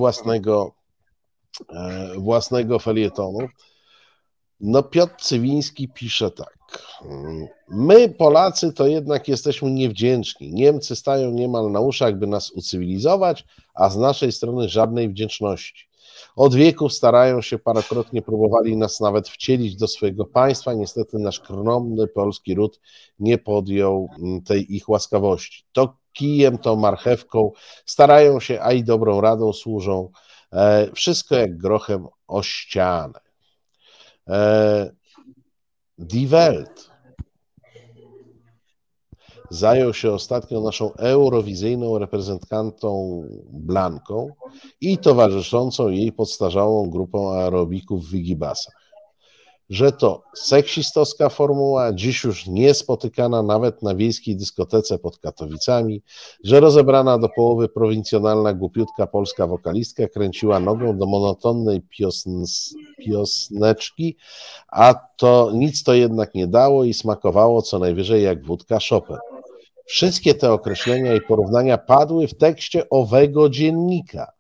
własnego felietonu. No Piotr Cywiński pisze tak. My Polacy to jednak jesteśmy niewdzięczni. Niemcy stają niemal na uszach, by nas ucywilizować, a z naszej strony żadnej wdzięczności. Od wieków starają się, parokrotnie próbowali nas nawet wcielić do swojego państwa. Niestety nasz krnąbrny polski ród nie podjął tej ich łaskawości. To kijem, to marchewką starają się, a i dobrą radą służą. Wszystko jak grochem o ścianę. Die Welt zajął się ostatnio naszą eurowizyjną reprezentantką Blanką i towarzyszącą jej podstarzałą grupą aerobików w wigibasach. Że to seksistowska formuła, dziś już niespotykana nawet na wiejskiej dyskotece pod Katowicami, że rozebrana do połowy prowincjonalna głupiutka polska wokalistka kręciła nogą do monotonnej piosneczki, a to nic to jednak nie dało i smakowało co najwyżej jak wódka Chopin. Wszystkie te określenia i porównania padły w tekście owego dziennika.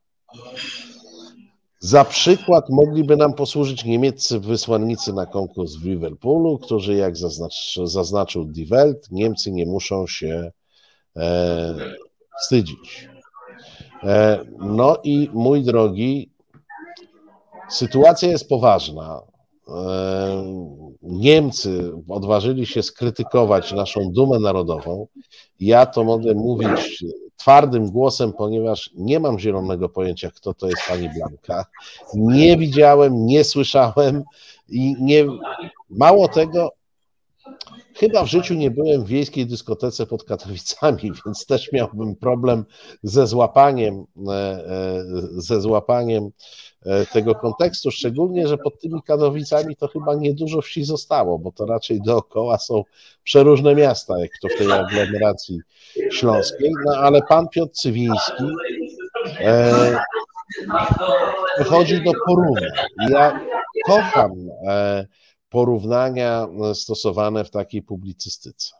Za przykład mogliby nam posłużyć niemieccy wysłannicy na konkurs w Liverpoolu, którzy, jak zaznaczył Die Welt, Niemcy nie muszą się wstydzić. No i mój drogi, sytuacja jest poważna. Niemcy odważyli się skrytykować naszą dumę narodową. Ja to mogę mówić twardym głosem, ponieważ nie mam zielonego pojęcia, kto to jest pani Blanka. Nie widziałem, nie słyszałem i mało tego, chyba w życiu nie byłem w wiejskiej dyskotece pod Katowicami, więc też miałbym problem ze złapaniem tego kontekstu, szczególnie, że pod tymi Katowicami to chyba niedużo wsi zostało, bo to raczej dookoła są przeróżne miasta, jak to w tej aglomeracji śląskiej, no ale pan Piotr Cywiński przechodzi do porównań. Ja kocham porównania stosowane w takiej publicystyce.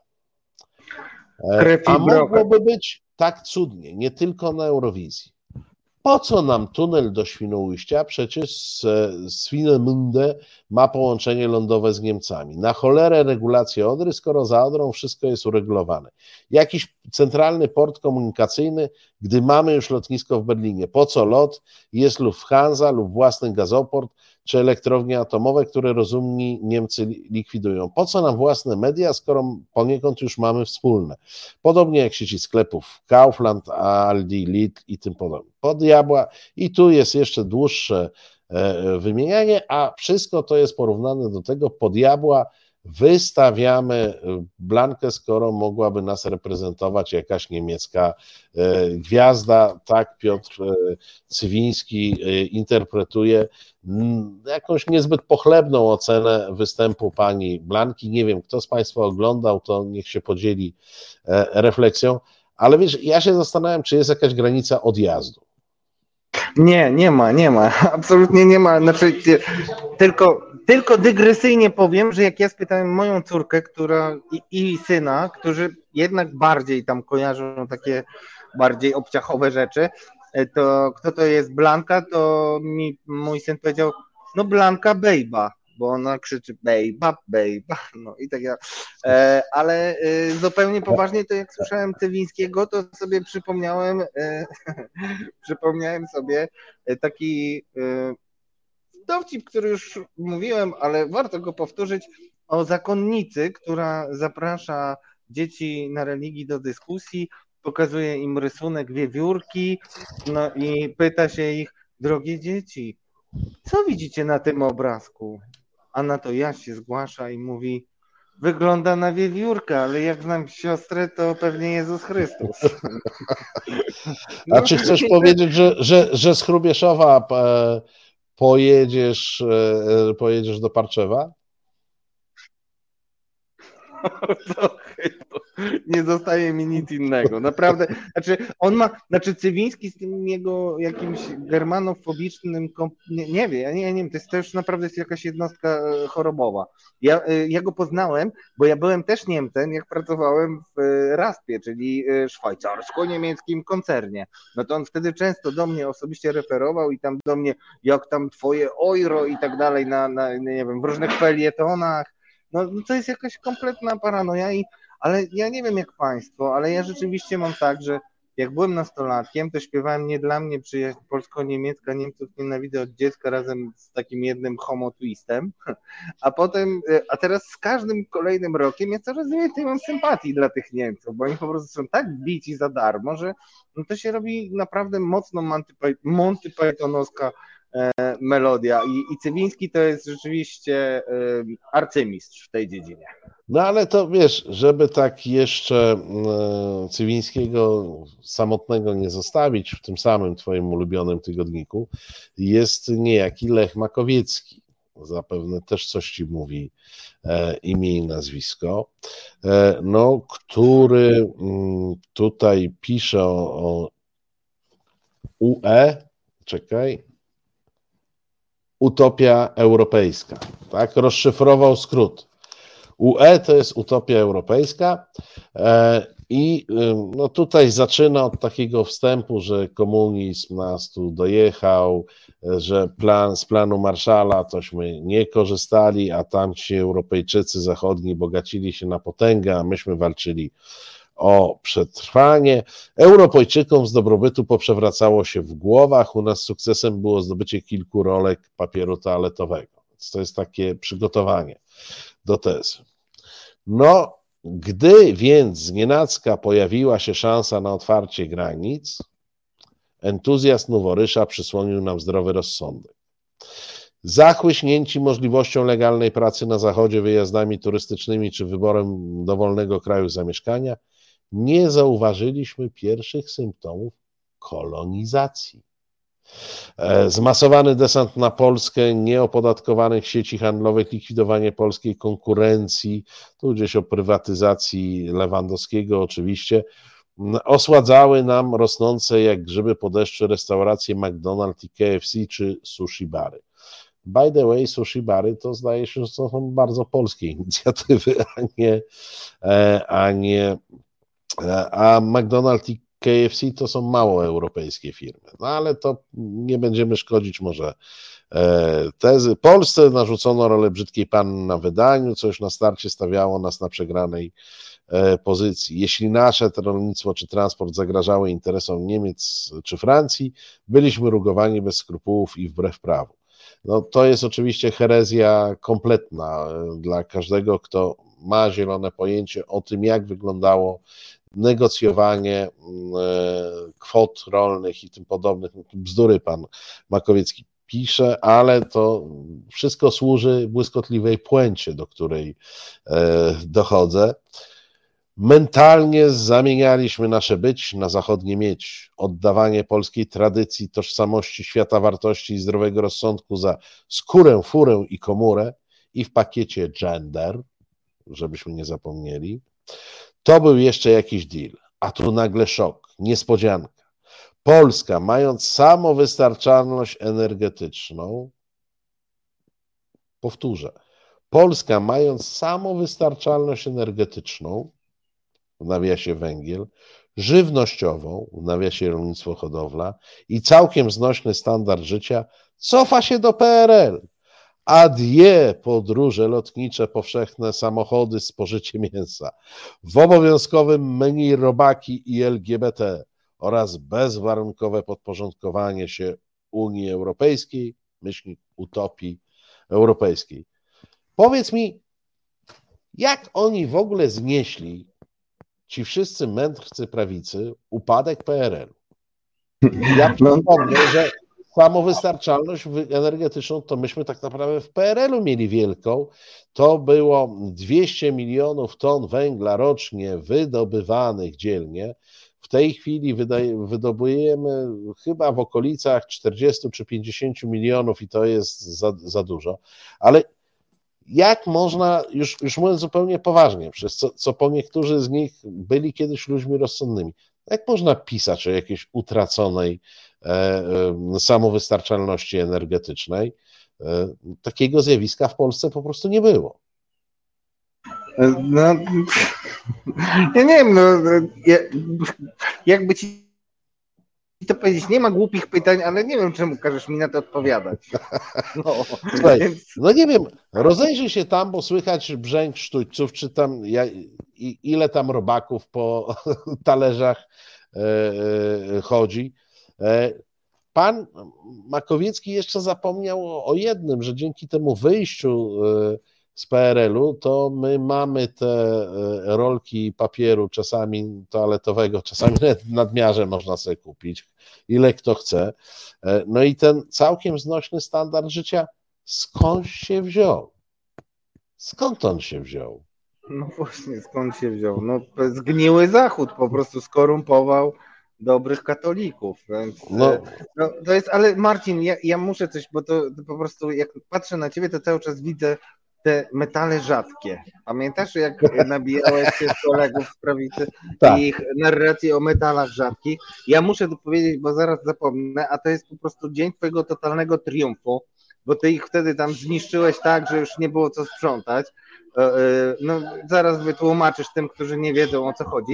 A mogłoby być tak cudnie, nie tylko na Eurowizji. Po co nam tunel do Świnoujścia? Przecież Swinemünde ma połączenie lądowe z Niemcami. Na cholerę regulacje Odry, skoro za Odrą wszystko jest uregulowane. Jakiś centralny port komunikacyjny, gdy mamy już lotnisko w Berlinie. Po co lot? Jest Lufthansa lub własny gazoport, czy elektrownie atomowe, które rozumni Niemcy likwidują. Po co nam własne media, skoro poniekąd już mamy wspólne? Podobnie jak sieci sklepów Kaufland, Aldi, Lidl i tym podobne. Po diabła i tu jest jeszcze dłuższe wymienianie, a wszystko to jest porównane do tego, po diabła wystawiamy Blankę, skoro mogłaby nas reprezentować jakaś niemiecka gwiazda. Tak Piotr Cywiński interpretuje jakąś niezbyt pochlebną ocenę występu pani Blanki. Nie wiem, kto z Państwa oglądał, to niech się podzieli refleksją, ale wiesz, ja się zastanawiam, czy jest jakaś granica odjazdu. Nie ma, absolutnie nie ma, znaczy tylko dygresyjnie powiem, że jak ja spytałem moją córkę, i syna, którzy jednak bardziej tam kojarzą takie bardziej obciachowe rzeczy, to kto to jest Blanka, to mi mój syn powiedział, no Blanka Bejba, bo ona krzyczy bejba, no i tak ja, ale zupełnie poważnie to jak słyszałem Cywińskiego, to sobie przypomniałem sobie taki dowcip, który już mówiłem, ale warto go powtórzyć, o zakonnicy, która zaprasza dzieci na religii do dyskusji, pokazuje im rysunek wiewiórki, no i pyta się ich, drogie dzieci, co widzicie na tym obrazku? A na to Jaś się zgłasza i mówi, wygląda na wiewiórkę, ale jak znam siostrę, to pewnie Jezus Chrystus. A czy chcesz powiedzieć, że z Hrubieszowa pojedziesz do Parczewa? Nie zostaje mi nic innego, naprawdę, Cywiński z tym jego jakimś germanofobicznym, nie wiem, to już naprawdę jest jakaś jednostka chorobowa. Ja go poznałem, bo ja byłem też Niemcem, jak pracowałem w RASP-ie, czyli szwajcarsko-niemieckim koncernie. No to on wtedy często do mnie osobiście referował i tam do mnie, jak tam twoje euro i tak dalej, nie wiem, w różnych felietonach. No to jest jakaś kompletna paranoja, ale ja nie wiem jak Państwo, ale ja rzeczywiście mam tak, że jak byłem nastolatkiem, to śpiewałem Nie dla mnie przyjaźń polsko-niemiecka, Niemców nienawidzę od dziecka razem z takim jednym homo twistem, a teraz z każdym kolejnym rokiem ja coraz więcej mam sympatii dla tych Niemców, bo oni po prostu są tak bici za darmo, że no to się robi naprawdę mocno Monty Pythonowska melodia i Cywiński to jest rzeczywiście arcymistrz w tej dziedzinie. No ale to wiesz, żeby tak jeszcze Cywińskiego samotnego nie zostawić w tym samym twoim ulubionym tygodniku, jest niejaki Lech Makowiecki. Zapewne też coś ci mówi imię i nazwisko, no, który tutaj pisze o UE, utopia europejska, tak, rozszyfrował skrót. UE to jest utopia europejska I no tutaj zaczyna od takiego wstępu, że komunizm nas tu dojechał, że z planu Marshalla tośmy nie korzystali, a tamci Europejczycy zachodni bogacili się na potęgę, a myśmy walczyli o przetrwanie. Europejczykom z dobrobytu poprzewracało się w głowach, u nas sukcesem było zdobycie kilku rolek papieru toaletowego. Więc to jest takie przygotowanie do tezy. No, gdy więc znienacka pojawiła się szansa na otwarcie granic, entuzjazm noworysza przysłonił nam zdrowy rozsądek. Zachłyśnięci możliwością legalnej pracy na Zachodzie, wyjazdami turystycznymi czy wyborem dowolnego kraju zamieszkania, nie zauważyliśmy pierwszych symptomów kolonizacji. Zmasowany desant na Polskę, nieopodatkowanych sieci handlowych, likwidowanie polskiej konkurencji, tu gdzieś o prywatyzacji Lewandowskiego oczywiście, osładzały nam rosnące jak grzyby po deszczu restauracje McDonald's i KFC czy sushi bary. By the way, sushi bary to zdaje się, że to są bardzo polskie inicjatywy, a McDonald's i KFC to są mało europejskie firmy, no ale to nie będziemy szkodzić może tezy. Polsce narzucono rolę brzydkiej panny na wydaniu, co już na starcie stawiało nas na przegranej pozycji. Jeśli nasze rolnictwo czy transport zagrażały interesom Niemiec czy Francji, byliśmy rugowani bez skrupułów i wbrew prawu. No, to jest oczywiście herezja kompletna dla każdego, kto ma zielone pojęcie o tym, jak wyglądało negocjowanie kwot rolnych i tym podobnych. Bzdury pan Makowiecki pisze, ale to wszystko służy błyskotliwej puencie, do której dochodzę. Mentalnie zamienialiśmy nasze być na zachodnie mieć. Oddawanie polskiej tradycji, tożsamości, świata wartości i zdrowego rozsądku za skórę, furę i komórę i w pakiecie gender, żebyśmy nie zapomnieli. To był jeszcze jakiś deal, a tu nagle szok, niespodzianka. Polska, mając samowystarczalność energetyczną, powtórzę, Polska, mając samowystarczalność energetyczną, w nawiasie węgiel, żywnościową, w nawiasie rolnictwo, hodowla i całkiem znośny standard życia, cofa się do PRL. Adie podróże lotnicze, powszechne samochody, spożycie mięsa. W obowiązkowym menu robaki i LGBT oraz bezwarunkowe podporządkowanie się Unii Europejskiej, myślnik utopii europejskiej. Powiedz mi, jak oni w ogóle znieśli, ci wszyscy mędrcy prawicy, upadek PRL-u? Ja przypomnę, że samowystarczalność energetyczną to myśmy tak naprawdę w PRL-u mieli wielką. To było 200 milionów ton węgla rocznie wydobywanych dzielnie. W tej chwili wydobujemy chyba w okolicach 40 czy 50 milionów i to jest za dużo. Ale jak można, już mówiąc zupełnie poważnie, przez co po niektórzy z nich byli kiedyś ludźmi rozsądnymi, jak można pisać o jakiejś utraconej samowystarczalności energetycznej? Takiego zjawiska w Polsce po prostu nie było. No, ja nie wiem, jakby ci to powiedzieć, nie ma głupich pytań, ale nie wiem, czemu każesz mi na to odpowiadać. No, słuchaj, no nie wiem, rozejrzyj się tam, bo słychać brzęk sztućców, czy tam ile tam robaków po talerzach chodzi. Pan Makowiecki jeszcze zapomniał o jednym, że dzięki temu wyjściu z PRL-u to my mamy te rolki papieru, czasami toaletowego, czasami nawet w nadmiarze można sobie kupić, ile kto chce. No i ten całkiem znośny standard życia skąd się wziął? Skąd on się wziął? No właśnie, skąd się wziął? No zgniły Zachód po prostu skorumpował dobrych katolików, więc no to jest, ale Marcin, ja muszę coś, bo to po prostu jak patrzę na ciebie, to cały czas widzę te metale rzadkie. Pamiętasz, jak nabijałeś się z kolegów z prawicy tak. I ich narracje o metalach rzadkich? Ja muszę to powiedzieć, bo zaraz zapomnę, a to jest po prostu dzień twojego totalnego triumfu, bo ty ich wtedy tam zniszczyłeś tak, że już nie było co sprzątać. No zaraz wytłumaczysz tym, którzy nie wiedzą, o co chodzi,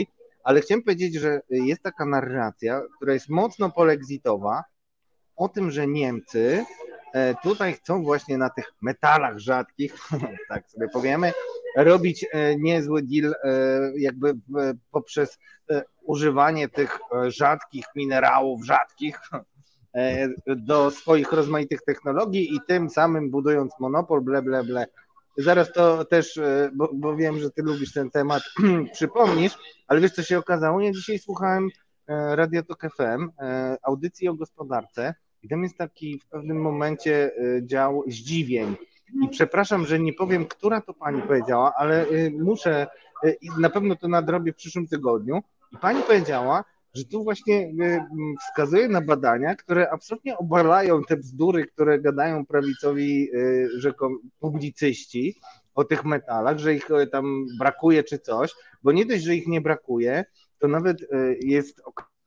ale chciałem powiedzieć, że jest taka narracja, która jest mocno polexitowa o tym, że Niemcy tutaj chcą właśnie na tych metalach rzadkich, tak sobie powiemy, robić niezły deal jakby poprzez używanie tych rzadkich minerałów, rzadkich do swoich rozmaitych technologii i tym samym budując monopol, ble, ble, ble. Zaraz to też, bo wiem, że ty lubisz ten temat, przypomnisz, ale wiesz, co się okazało? Ja dzisiaj słuchałem Radio Tok FM, audycji o gospodarce i tam jest taki w pewnym momencie dział zdziwień. I przepraszam, że nie powiem, która to pani powiedziała, ale muszę, na pewno to nadrobię w przyszłym tygodniu. I pani powiedziała, że tu właśnie wskazuje na badania, które absolutnie obalają te bzdury, które gadają prawicowi publicyści o tych metalach, że ich tam brakuje czy coś, bo nie dość, że ich nie brakuje, to nawet jest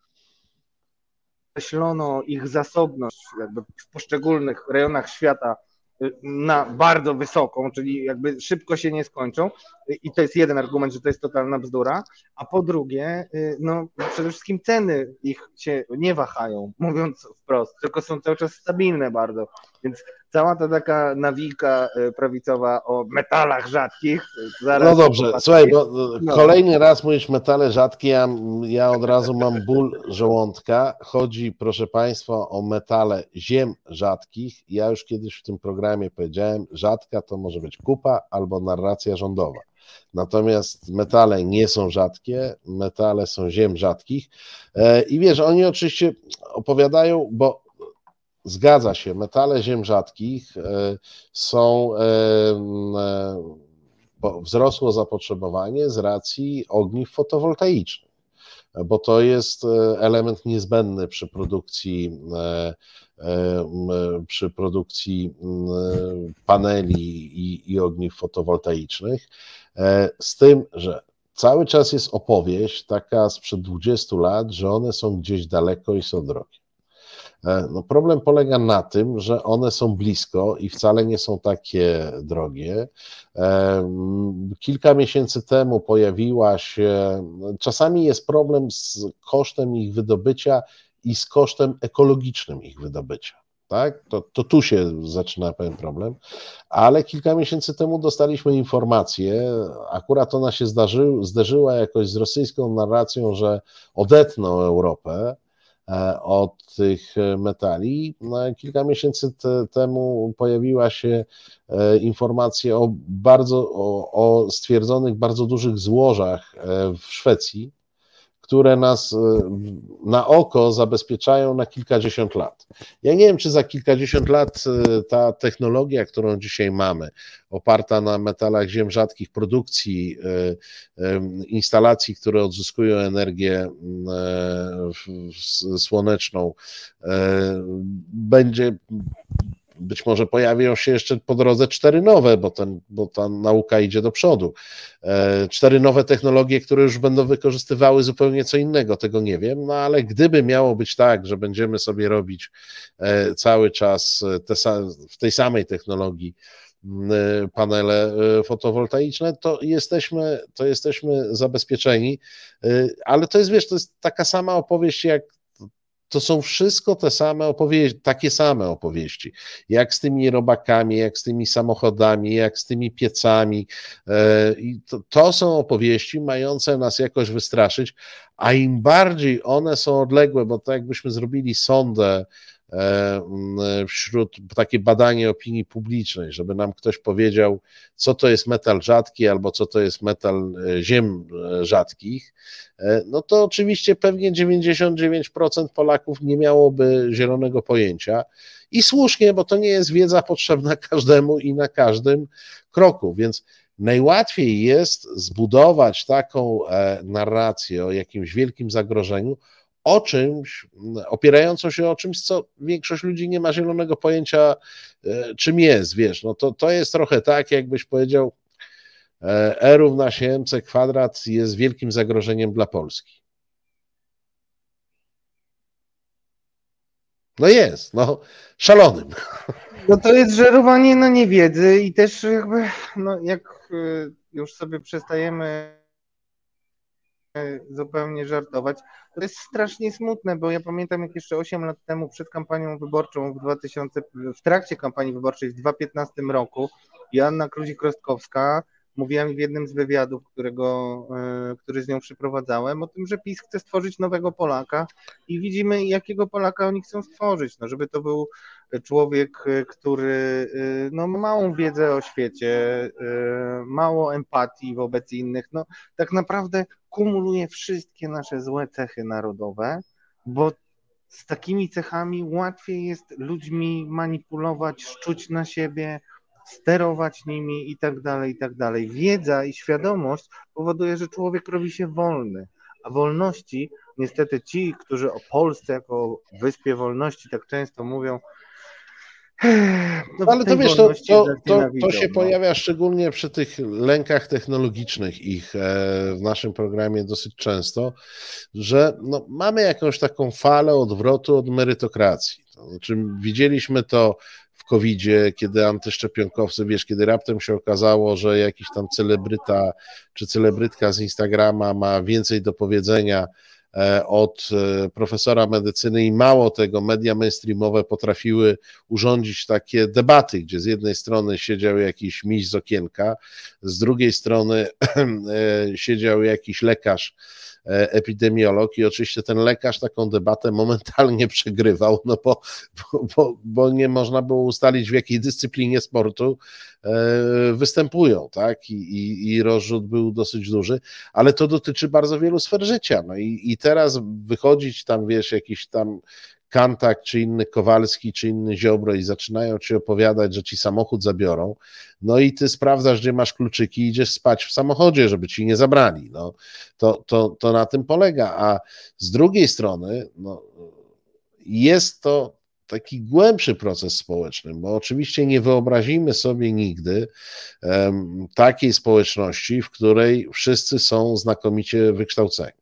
określono ich zasobność jakby w poszczególnych rejonach świata na bardzo wysoką, czyli jakby szybko się nie skończą i to jest jeden argument, że to jest totalna bzdura, a po drugie, no przede wszystkim ceny ich się nie wahają, mówiąc wprost, tylko są cały czas stabilne bardzo, więc cała ta taka nawijka prawicowa o metalach rzadkich. No dobrze, słuchaj, bo kolejny raz mówisz metale rzadkie, ja od razu mam ból żołądka. Chodzi, proszę Państwa, o metale ziem rzadkich. Ja już kiedyś w tym programie powiedziałem, rzadka to może być kupa albo narracja rządowa. Natomiast metale nie są rzadkie, metale są ziem rzadkich. I wiesz, oni oczywiście opowiadają, bo zgadza się, metale ziem rzadkich są, wzrosło zapotrzebowanie z racji ogniw fotowoltaicznych, bo to jest element niezbędny przy produkcji paneli i ogniw fotowoltaicznych, z tym, że cały czas jest opowieść taka sprzed 20 lat, że one są gdzieś daleko i są drogie. No problem polega na tym, że one są blisko i wcale nie są takie drogie. Kilka miesięcy temu pojawiła się, czasami jest problem z kosztem ich wydobycia i z kosztem ekologicznym ich wydobycia. Tak? To tu się zaczyna pewien problem, ale kilka miesięcy temu dostaliśmy informację, akurat ona się zderzyła jakoś z rosyjską narracją, że odetną Europę od tych metali. No, kilka miesięcy temu pojawiła się informacja o stwierdzonych bardzo dużych złożach w Szwecji, które nas na oko zabezpieczają na kilkadziesiąt lat. Ja nie wiem, czy za kilkadziesiąt lat ta technologia, którą dzisiaj mamy, oparta na metalach ziem rzadkich, produkcji instalacji, które odzyskują energię słoneczną, będzie, być może pojawią się jeszcze po drodze 4 nowe, bo ta nauka idzie do przodu. 4 nowe technologie, które już będą wykorzystywały zupełnie co innego, tego nie wiem, no ale gdyby miało być tak, że będziemy sobie robić cały czas w tej samej technologii panele fotowoltaiczne, to jesteśmy zabezpieczeni, ale to jest, wiesz, to jest taka sama opowieść jak to są wszystko te same opowieści, takie same opowieści, jak z tymi robakami, jak z tymi samochodami, jak z tymi piecami. I to są opowieści mające nas jakoś wystraszyć, a im bardziej one są odległe, bo to jakbyśmy zrobili sondę wśród, takie badanie opinii publicznej, żeby nam ktoś powiedział, co to jest metal rzadki albo co to jest metal ziem rzadkich, no to oczywiście pewnie 99% Polaków nie miałoby zielonego pojęcia i słusznie, bo to nie jest wiedza potrzebna każdemu i na każdym kroku, więc najłatwiej jest zbudować taką narrację o jakimś wielkim zagrożeniu, o czymś, opierającą się o czymś, co większość ludzi nie ma zielonego pojęcia, czym jest, wiesz, no to jest trochę tak, jakbyś powiedział, E równa się mc kwadrat jest wielkim zagrożeniem dla Polski. No jest, no szalonym. No to jest żerowanie na niewiedzy i też jakby, no jak już sobie przestajemy zupełnie żartować. To jest strasznie smutne, bo ja pamiętam, jak jeszcze 8 lat temu przed kampanią wyborczą w trakcie kampanii wyborczej w 2015 roku Joanna Kludzik-Rostkowska mówiła mi w jednym z wywiadów, który z nią przeprowadzałem, o tym, że PiS chce stworzyć nowego Polaka i widzimy, jakiego Polaka oni chcą stworzyć. No, żeby to był człowiek, który no, ma małą wiedzę o świecie, mało empatii wobec innych, no tak naprawdę kumuluje wszystkie nasze złe cechy narodowe, bo z takimi cechami łatwiej jest ludźmi manipulować, szczuć na siebie, sterować nimi i tak dalej, i tak dalej. Wiedza i świadomość powoduje, że człowiek robi się wolny, a wolności niestety ci, którzy o Polsce jako o wyspie wolności tak często mówią, no, ale to wiesz, to się no. pojawia szczególnie przy tych lękach technologicznych ich w naszym programie dosyć często, że no, mamy jakąś taką falę odwrotu od merytokracji. To znaczy, widzieliśmy to w COVID-zie, kiedy antyszczepionkowcy, wiesz, kiedy raptem się okazało, że jakiś tam celebryta czy celebrytka z Instagrama ma więcej do powiedzenia od profesora medycyny i mało tego, media mainstreamowe potrafiły urządzić takie debaty, gdzie z jednej strony siedział jakiś miś z okienka, z drugiej strony siedział jakiś lekarz, epidemiolog i oczywiście ten lekarz taką debatę momentalnie przegrywał, no bo nie można było ustalić, w jakiej dyscyplinie sportu występują, tak? I rozrzut był dosyć duży, ale to dotyczy bardzo wielu sfer życia. No i teraz wychodzić tam, wiesz, jakiś tam Kantak, czy inny Kowalski, czy inny Ziobro i zaczynają ci opowiadać, że ci samochód zabiorą, no i ty sprawdzasz, gdzie masz kluczyki i idziesz spać w samochodzie, żeby ci nie zabrali. No, to na tym polega, a z drugiej strony no, jest to taki głębszy proces społeczny, bo oczywiście nie wyobrazimy sobie nigdy takiej społeczności, w której wszyscy są znakomicie wykształceni.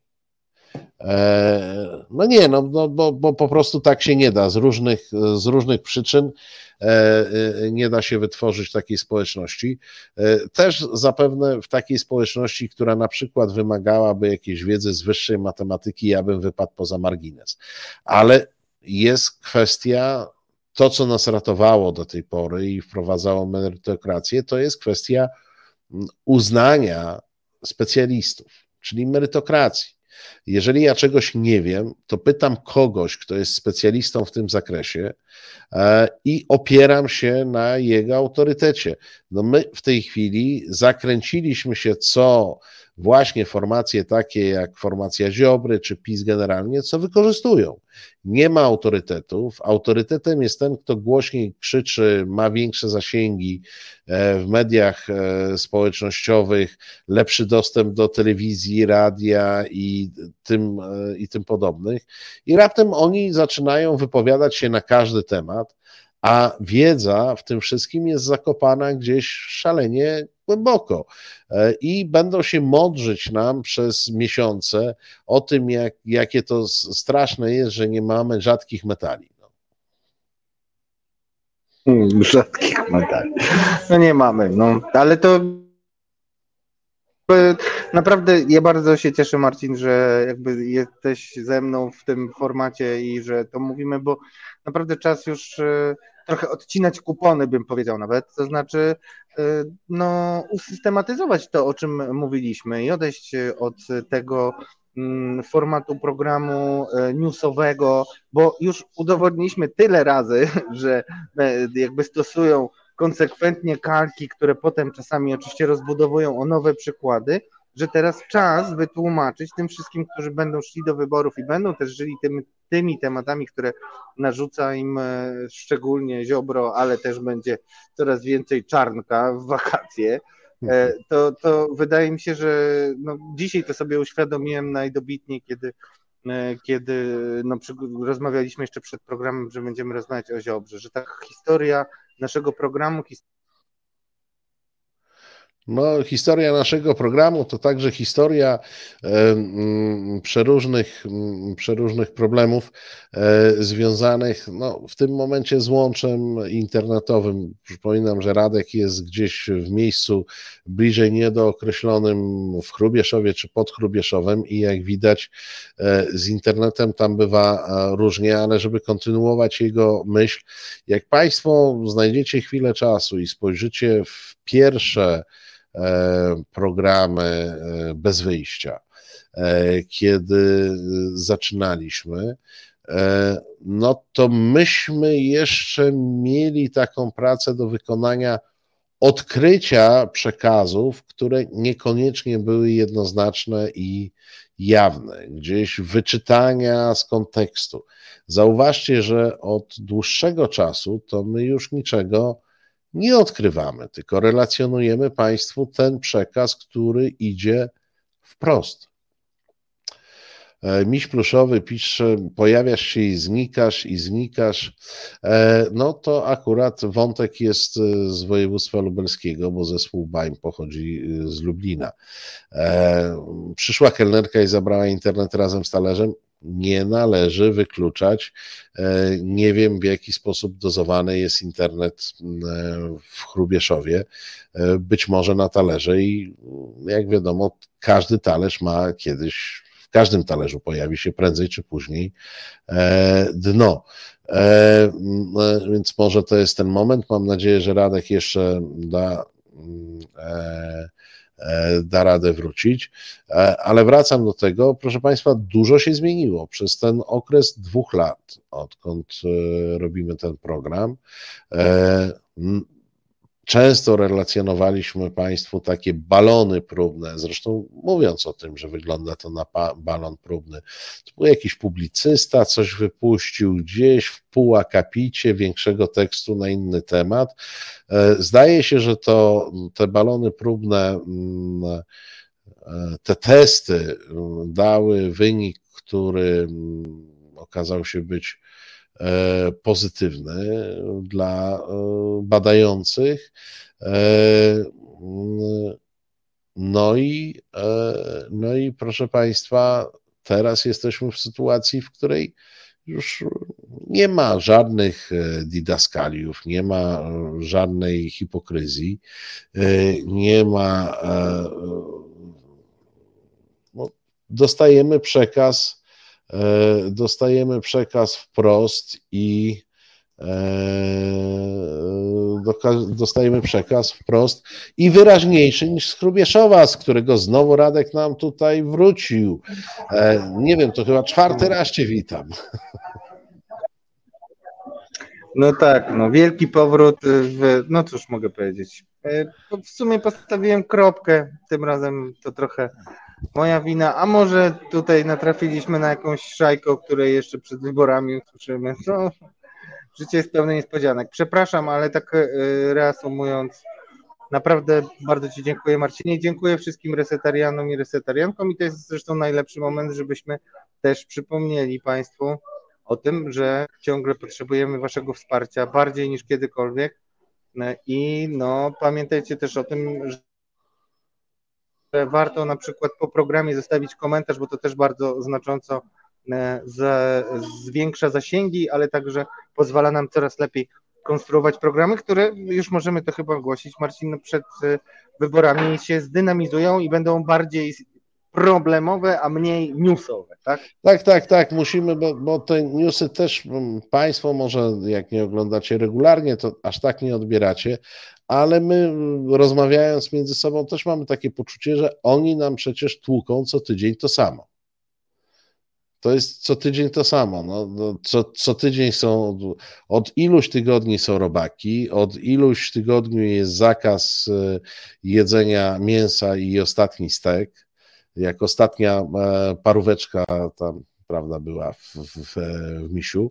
No nie, bo po prostu tak się nie da. Z różnych przyczyn nie da się wytworzyć takiej społeczności. Też zapewne w takiej społeczności, która na przykład wymagałaby jakiejś wiedzy z wyższej matematyki, ja bym wypadł poza margines. Ale jest kwestia, to co nas ratowało do tej pory i wprowadzało merytokrację, to jest kwestia uznania specjalistów, czyli merytokracji. Jeżeli ja czegoś nie wiem, to pytam kogoś, kto jest specjalistą w tym zakresie i opieram się na jego autorytecie. No my w tej chwili zakręciliśmy się, co właśnie formacje takie jak formacja Ziobry czy PiS generalnie, co wykorzystują. Nie ma autorytetów. Autorytetem jest ten, kto głośniej krzyczy, ma większe zasięgi w mediach społecznościowych, lepszy dostęp do telewizji, radia i tym podobnych. I raptem oni zaczynają wypowiadać się na każdy temat, a wiedza w tym wszystkim jest zakopana gdzieś szalenie głęboko i będą się modrzyć nam przez miesiące o tym, jakie to straszne jest, że nie mamy rzadkich metali. Rzadkich metali. No nie mamy, no, ale to naprawdę ja bardzo się cieszę, Marcin, że jakby jesteś ze mną w tym formacie i że to mówimy, bo naprawdę czas już trochę odcinać kupony, bym powiedział nawet, to znaczy no usystematyzować to, o czym mówiliśmy i odejść od tego formatu programu newsowego, bo już udowodniliśmy tyle razy, że jakby stosują konsekwentnie kalki, które potem czasami oczywiście rozbudowują o nowe przykłady, że teraz czas wytłumaczyć tym wszystkim, którzy będą szli do wyborów i będą też żyli tymi tematami, które narzuca im szczególnie Ziobro, ale też będzie coraz więcej Czarnka w wakacje, to wydaje mi się, że no, dzisiaj to sobie uświadomiłem najdobitniej, kiedy no, rozmawialiśmy jeszcze przed programem, że będziemy rozmawiać o Ziobrze, że ta historia naszego programu. No, historia naszego programu to także historia przeróżnych problemów związanych w tym momencie z łączem internetowym. Przypominam, że Radek jest gdzieś w miejscu bliżej niedookreślonym w Hrubieszowie czy pod Hrubieszowem i jak widać z internetem tam bywa różnie, ale żeby kontynuować jego myśl, jak Państwo znajdziecie chwilę czasu i spojrzycie w pierwsze programy bez wyjścia, kiedy zaczynaliśmy, no to myśmy jeszcze mieli taką pracę do wykonania odkrycia przekazów, które niekoniecznie były jednoznaczne i jawne, gdzieś wyczytania z kontekstu. Zauważcie, że od dłuższego czasu to my już niczego nie odkrywamy, tylko relacjonujemy Państwu ten przekaz, który idzie wprost. Miś Pluszowy pisze, pojawiasz się i znikasz. No to akurat wątek jest z województwa lubelskiego, bo zespół BAJM pochodzi z Lublina. Przyszła kelnerka i zabrała internet razem z talerzem. Nie należy wykluczać. Nie wiem, w jaki sposób dozowany jest internet w Hrubieszowie. Być może na talerze i jak wiadomo, każdy talerz ma kiedyś, w każdym talerzu pojawi się prędzej czy później dno. Więc może to jest ten moment. Mam nadzieję, że Radek jeszcze da radę wrócić, ale wracam do tego, proszę Państwa, dużo się zmieniło przez ten okres 2 lat, odkąd robimy ten program. Często relacjonowaliśmy Państwu takie balony próbne, zresztą mówiąc o tym, że wygląda to na balon próbny. To był jakiś publicysta, coś wypuścił gdzieś w pół akapicie większego tekstu na inny temat. Zdaje się, że te balony próbne, te testy dały wynik, który okazał się być pozytywny dla badających. No i proszę Państwa, teraz jesteśmy w sytuacji, w której już nie ma żadnych didaskaliów, nie ma żadnej hipokryzji, nie ma. Dostajemy przekaz wprost i wyraźniejszy niż z Hrubieszowa, z którego znowu Radek nam tutaj wrócił. Nie wiem, to chyba 4. raz Cię witam. No tak, wielki powrót no cóż mogę powiedzieć. W sumie postawiłem kropkę, tym razem to trochę moja wina, a może tutaj natrafiliśmy na jakąś szajkę, o której jeszcze przed wyborami usłyszymy. No, życie jest pełne niespodzianek. Przepraszam, ale tak reasumując, naprawdę bardzo Ci dziękuję, Marcinie. Dziękuję wszystkim resetarianom i resetariankom i to jest zresztą najlepszy moment, żebyśmy też przypomnieli Państwu o tym, że ciągle potrzebujemy Waszego wsparcia bardziej niż kiedykolwiek i pamiętajcie też o tym, że warto na przykład po programie zostawić komentarz, bo to też bardzo znacząco zwiększa zasięgi, ale także pozwala nam coraz lepiej konstruować programy, które już możemy to chyba ogłosić, Marcin, przed wyborami się zdynamizują i będą bardziej problemowe, a mniej newsowe, tak? Tak, musimy, bo te newsy też Państwo może jak nie oglądacie regularnie, to aż tak nie odbieracie, ale my rozmawiając między sobą też mamy takie poczucie, że oni nam przecież tłuką co tydzień to samo. To jest co tydzień to samo. Co tydzień od iluś tygodni są robaki, od iluś tygodni jest zakaz jedzenia mięsa i ostatni stek. Jak ostatnia paróweczka tam, prawda, była w misiu,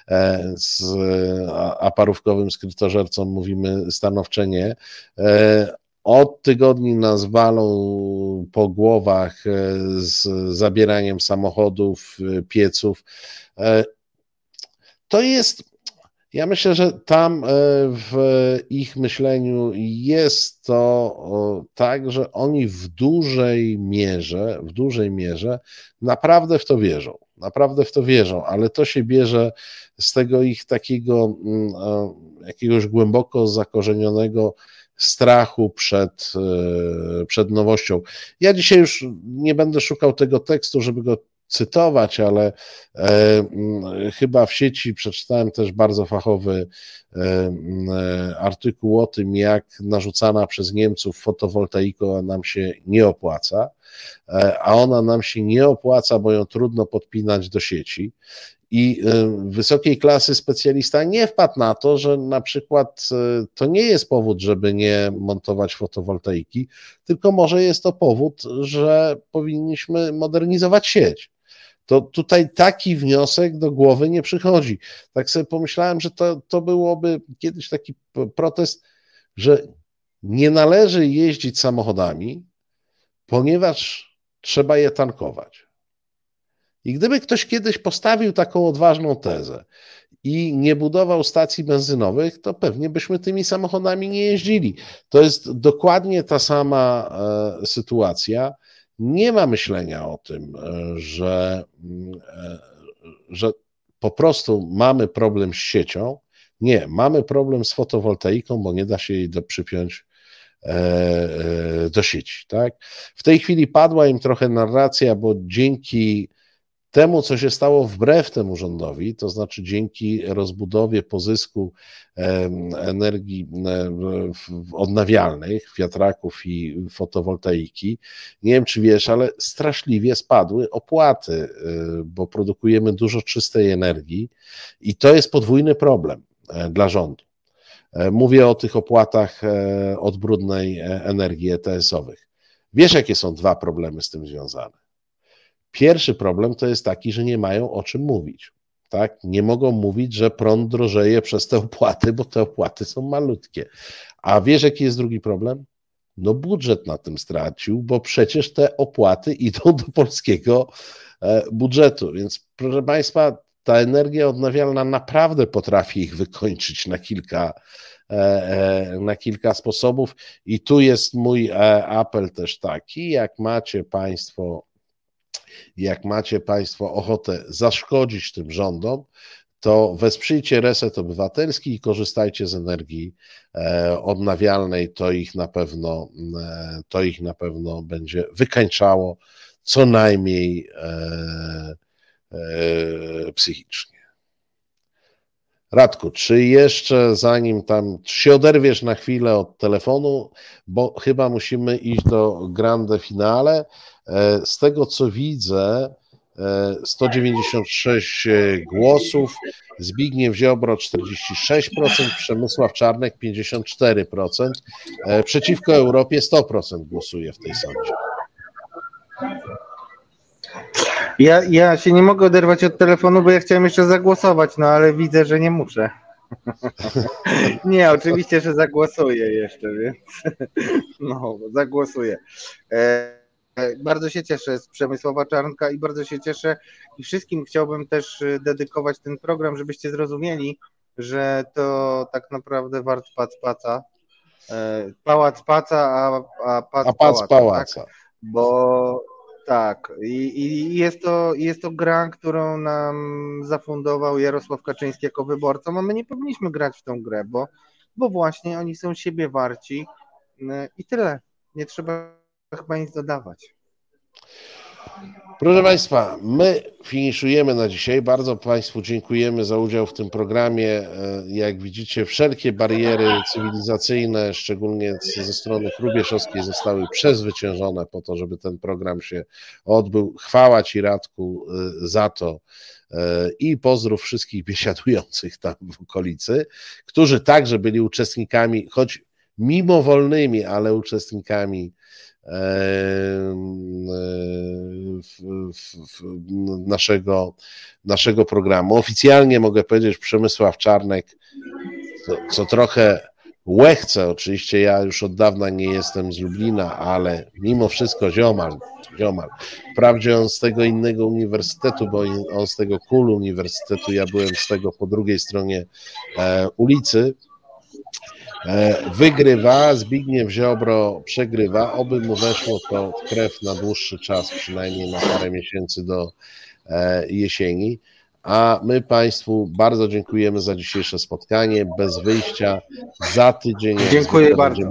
a parówkowym skrytożercom mówimy stanowcze nie. Od tygodni nas walą po głowach z zabieraniem samochodów, pieców. To jest, Ja myślę, że tam w ich myśleniu jest to tak, że oni w dużej mierze naprawdę w to wierzą. Naprawdę w to wierzą, ale to się bierze z tego ich takiego jakiegoś głęboko zakorzenionego strachu przed nowością. Ja dzisiaj już nie będę szukał tego tekstu, żeby go cytować, ale chyba w sieci przeczytałem też bardzo fachowy artykuł o tym, jak narzucana przez Niemców fotowoltaika nam się nie opłaca, a ona nam się nie opłaca, bo ją trudno podpinać do sieci. I wysokiej klasy specjalista nie wpadł na to, że na przykład to nie jest powód, żeby nie montować fotowoltaiki, tylko może jest to powód, że powinniśmy modernizować sieć. To tutaj taki wniosek do głowy nie przychodzi. Tak sobie pomyślałem, że to byłoby kiedyś taki protest, że nie należy jeździć samochodami, ponieważ trzeba je tankować. I gdyby ktoś kiedyś postawił taką odważną tezę i nie budował stacji benzynowych, to pewnie byśmy tymi samochodami nie jeździli. To jest dokładnie ta sama sytuacja. Nie ma myślenia o tym, że po prostu mamy problem z siecią. Nie, mamy problem z fotowoltaiką, bo nie da się jej przypiąć do sieci. Tak? W tej chwili padła im trochę narracja, bo dzięki temu, co się stało wbrew temu rządowi, to znaczy dzięki rozbudowie pozysku energii odnawialnych, wiatraków i fotowoltaiki, nie wiem czy wiesz, ale straszliwie spadły opłaty, bo produkujemy dużo czystej energii i to jest podwójny problem dla rządu. Mówię o tych opłatach od brudnej energii ETS-owych. Wiesz, jakie są dwa problemy z tym związane? Pierwszy problem to jest taki, że nie mają o czym mówić. Tak? Nie mogą mówić, że prąd drożeje przez te opłaty, bo te opłaty są malutkie. A wiesz, jaki jest drugi problem? No budżet na tym stracił, bo przecież te opłaty idą do polskiego budżetu. Więc proszę Państwa, ta energia odnawialna naprawdę potrafi ich wykończyć na kilka sposobów. I tu jest mój apel też taki, jak macie Państwo ochotę zaszkodzić tym rządom, to wesprzyjcie Reset Obywatelski i korzystajcie z energii odnawialnej. To ich na pewno będzie wykańczało, co najmniej psychicznie. Radku, czy jeszcze zanim się oderwiesz na chwilę od telefonu, bo chyba musimy iść do grande finale. Z tego co widzę, 196 głosów, Zbigniew Ziobro 46%, Przemysław Czarnek 54%, przeciwko Europie 100% głosuje w tej sądzie. Ja się nie mogę oderwać od telefonu, bo ja chciałem jeszcze zagłosować, no ale widzę, że nie muszę. Nie, oczywiście, że zagłosuję jeszcze, więc no, zagłosuję. Bardzo się cieszę z Przemysława Czarnka i bardzo się cieszę i wszystkim chciałbym też dedykować ten program, żebyście zrozumieli, że to tak naprawdę wart paca. Pałac paca, a pałac pałaca. Tak? Bo tak, i jest to gra, którą nam zafundował Jarosław Kaczyński jako wyborca, a my nie powinniśmy grać w tą grę, bo właśnie oni są siebie warci i tyle. Nie trzeba chyba nic dodawać. Proszę Państwa, my finiszujemy na dzisiaj. Bardzo Państwu dziękujemy za udział w tym programie. Jak widzicie, wszelkie bariery cywilizacyjne, szczególnie ze strony hrubieszowskiej, zostały przezwyciężone po to, żeby ten program się odbył. Chwała Ci, Radku, za to i pozdrów wszystkich biesiadujących tam w okolicy, którzy także byli uczestnikami, choć mimowolnymi, ale uczestnikami naszego programu. Oficjalnie mogę powiedzieć, Przemysław Czarnek, co trochę Łechce, oczywiście ja już od dawna nie jestem z Lublina, ale mimo wszystko ziomal. Wprawdzie on z tego innego uniwersytetu, bo on z tego KUL uniwersytetu, ja byłem z tego po drugiej stronie ulicy. Wygrywa, Zbigniew Ziobro przegrywa, oby mu weszło to w krew na dłuższy czas, przynajmniej na parę miesięcy do jesieni. A my Państwu bardzo dziękujemy za dzisiejsze spotkanie. Bez wyjścia za tydzień. Dziękuję bardzo.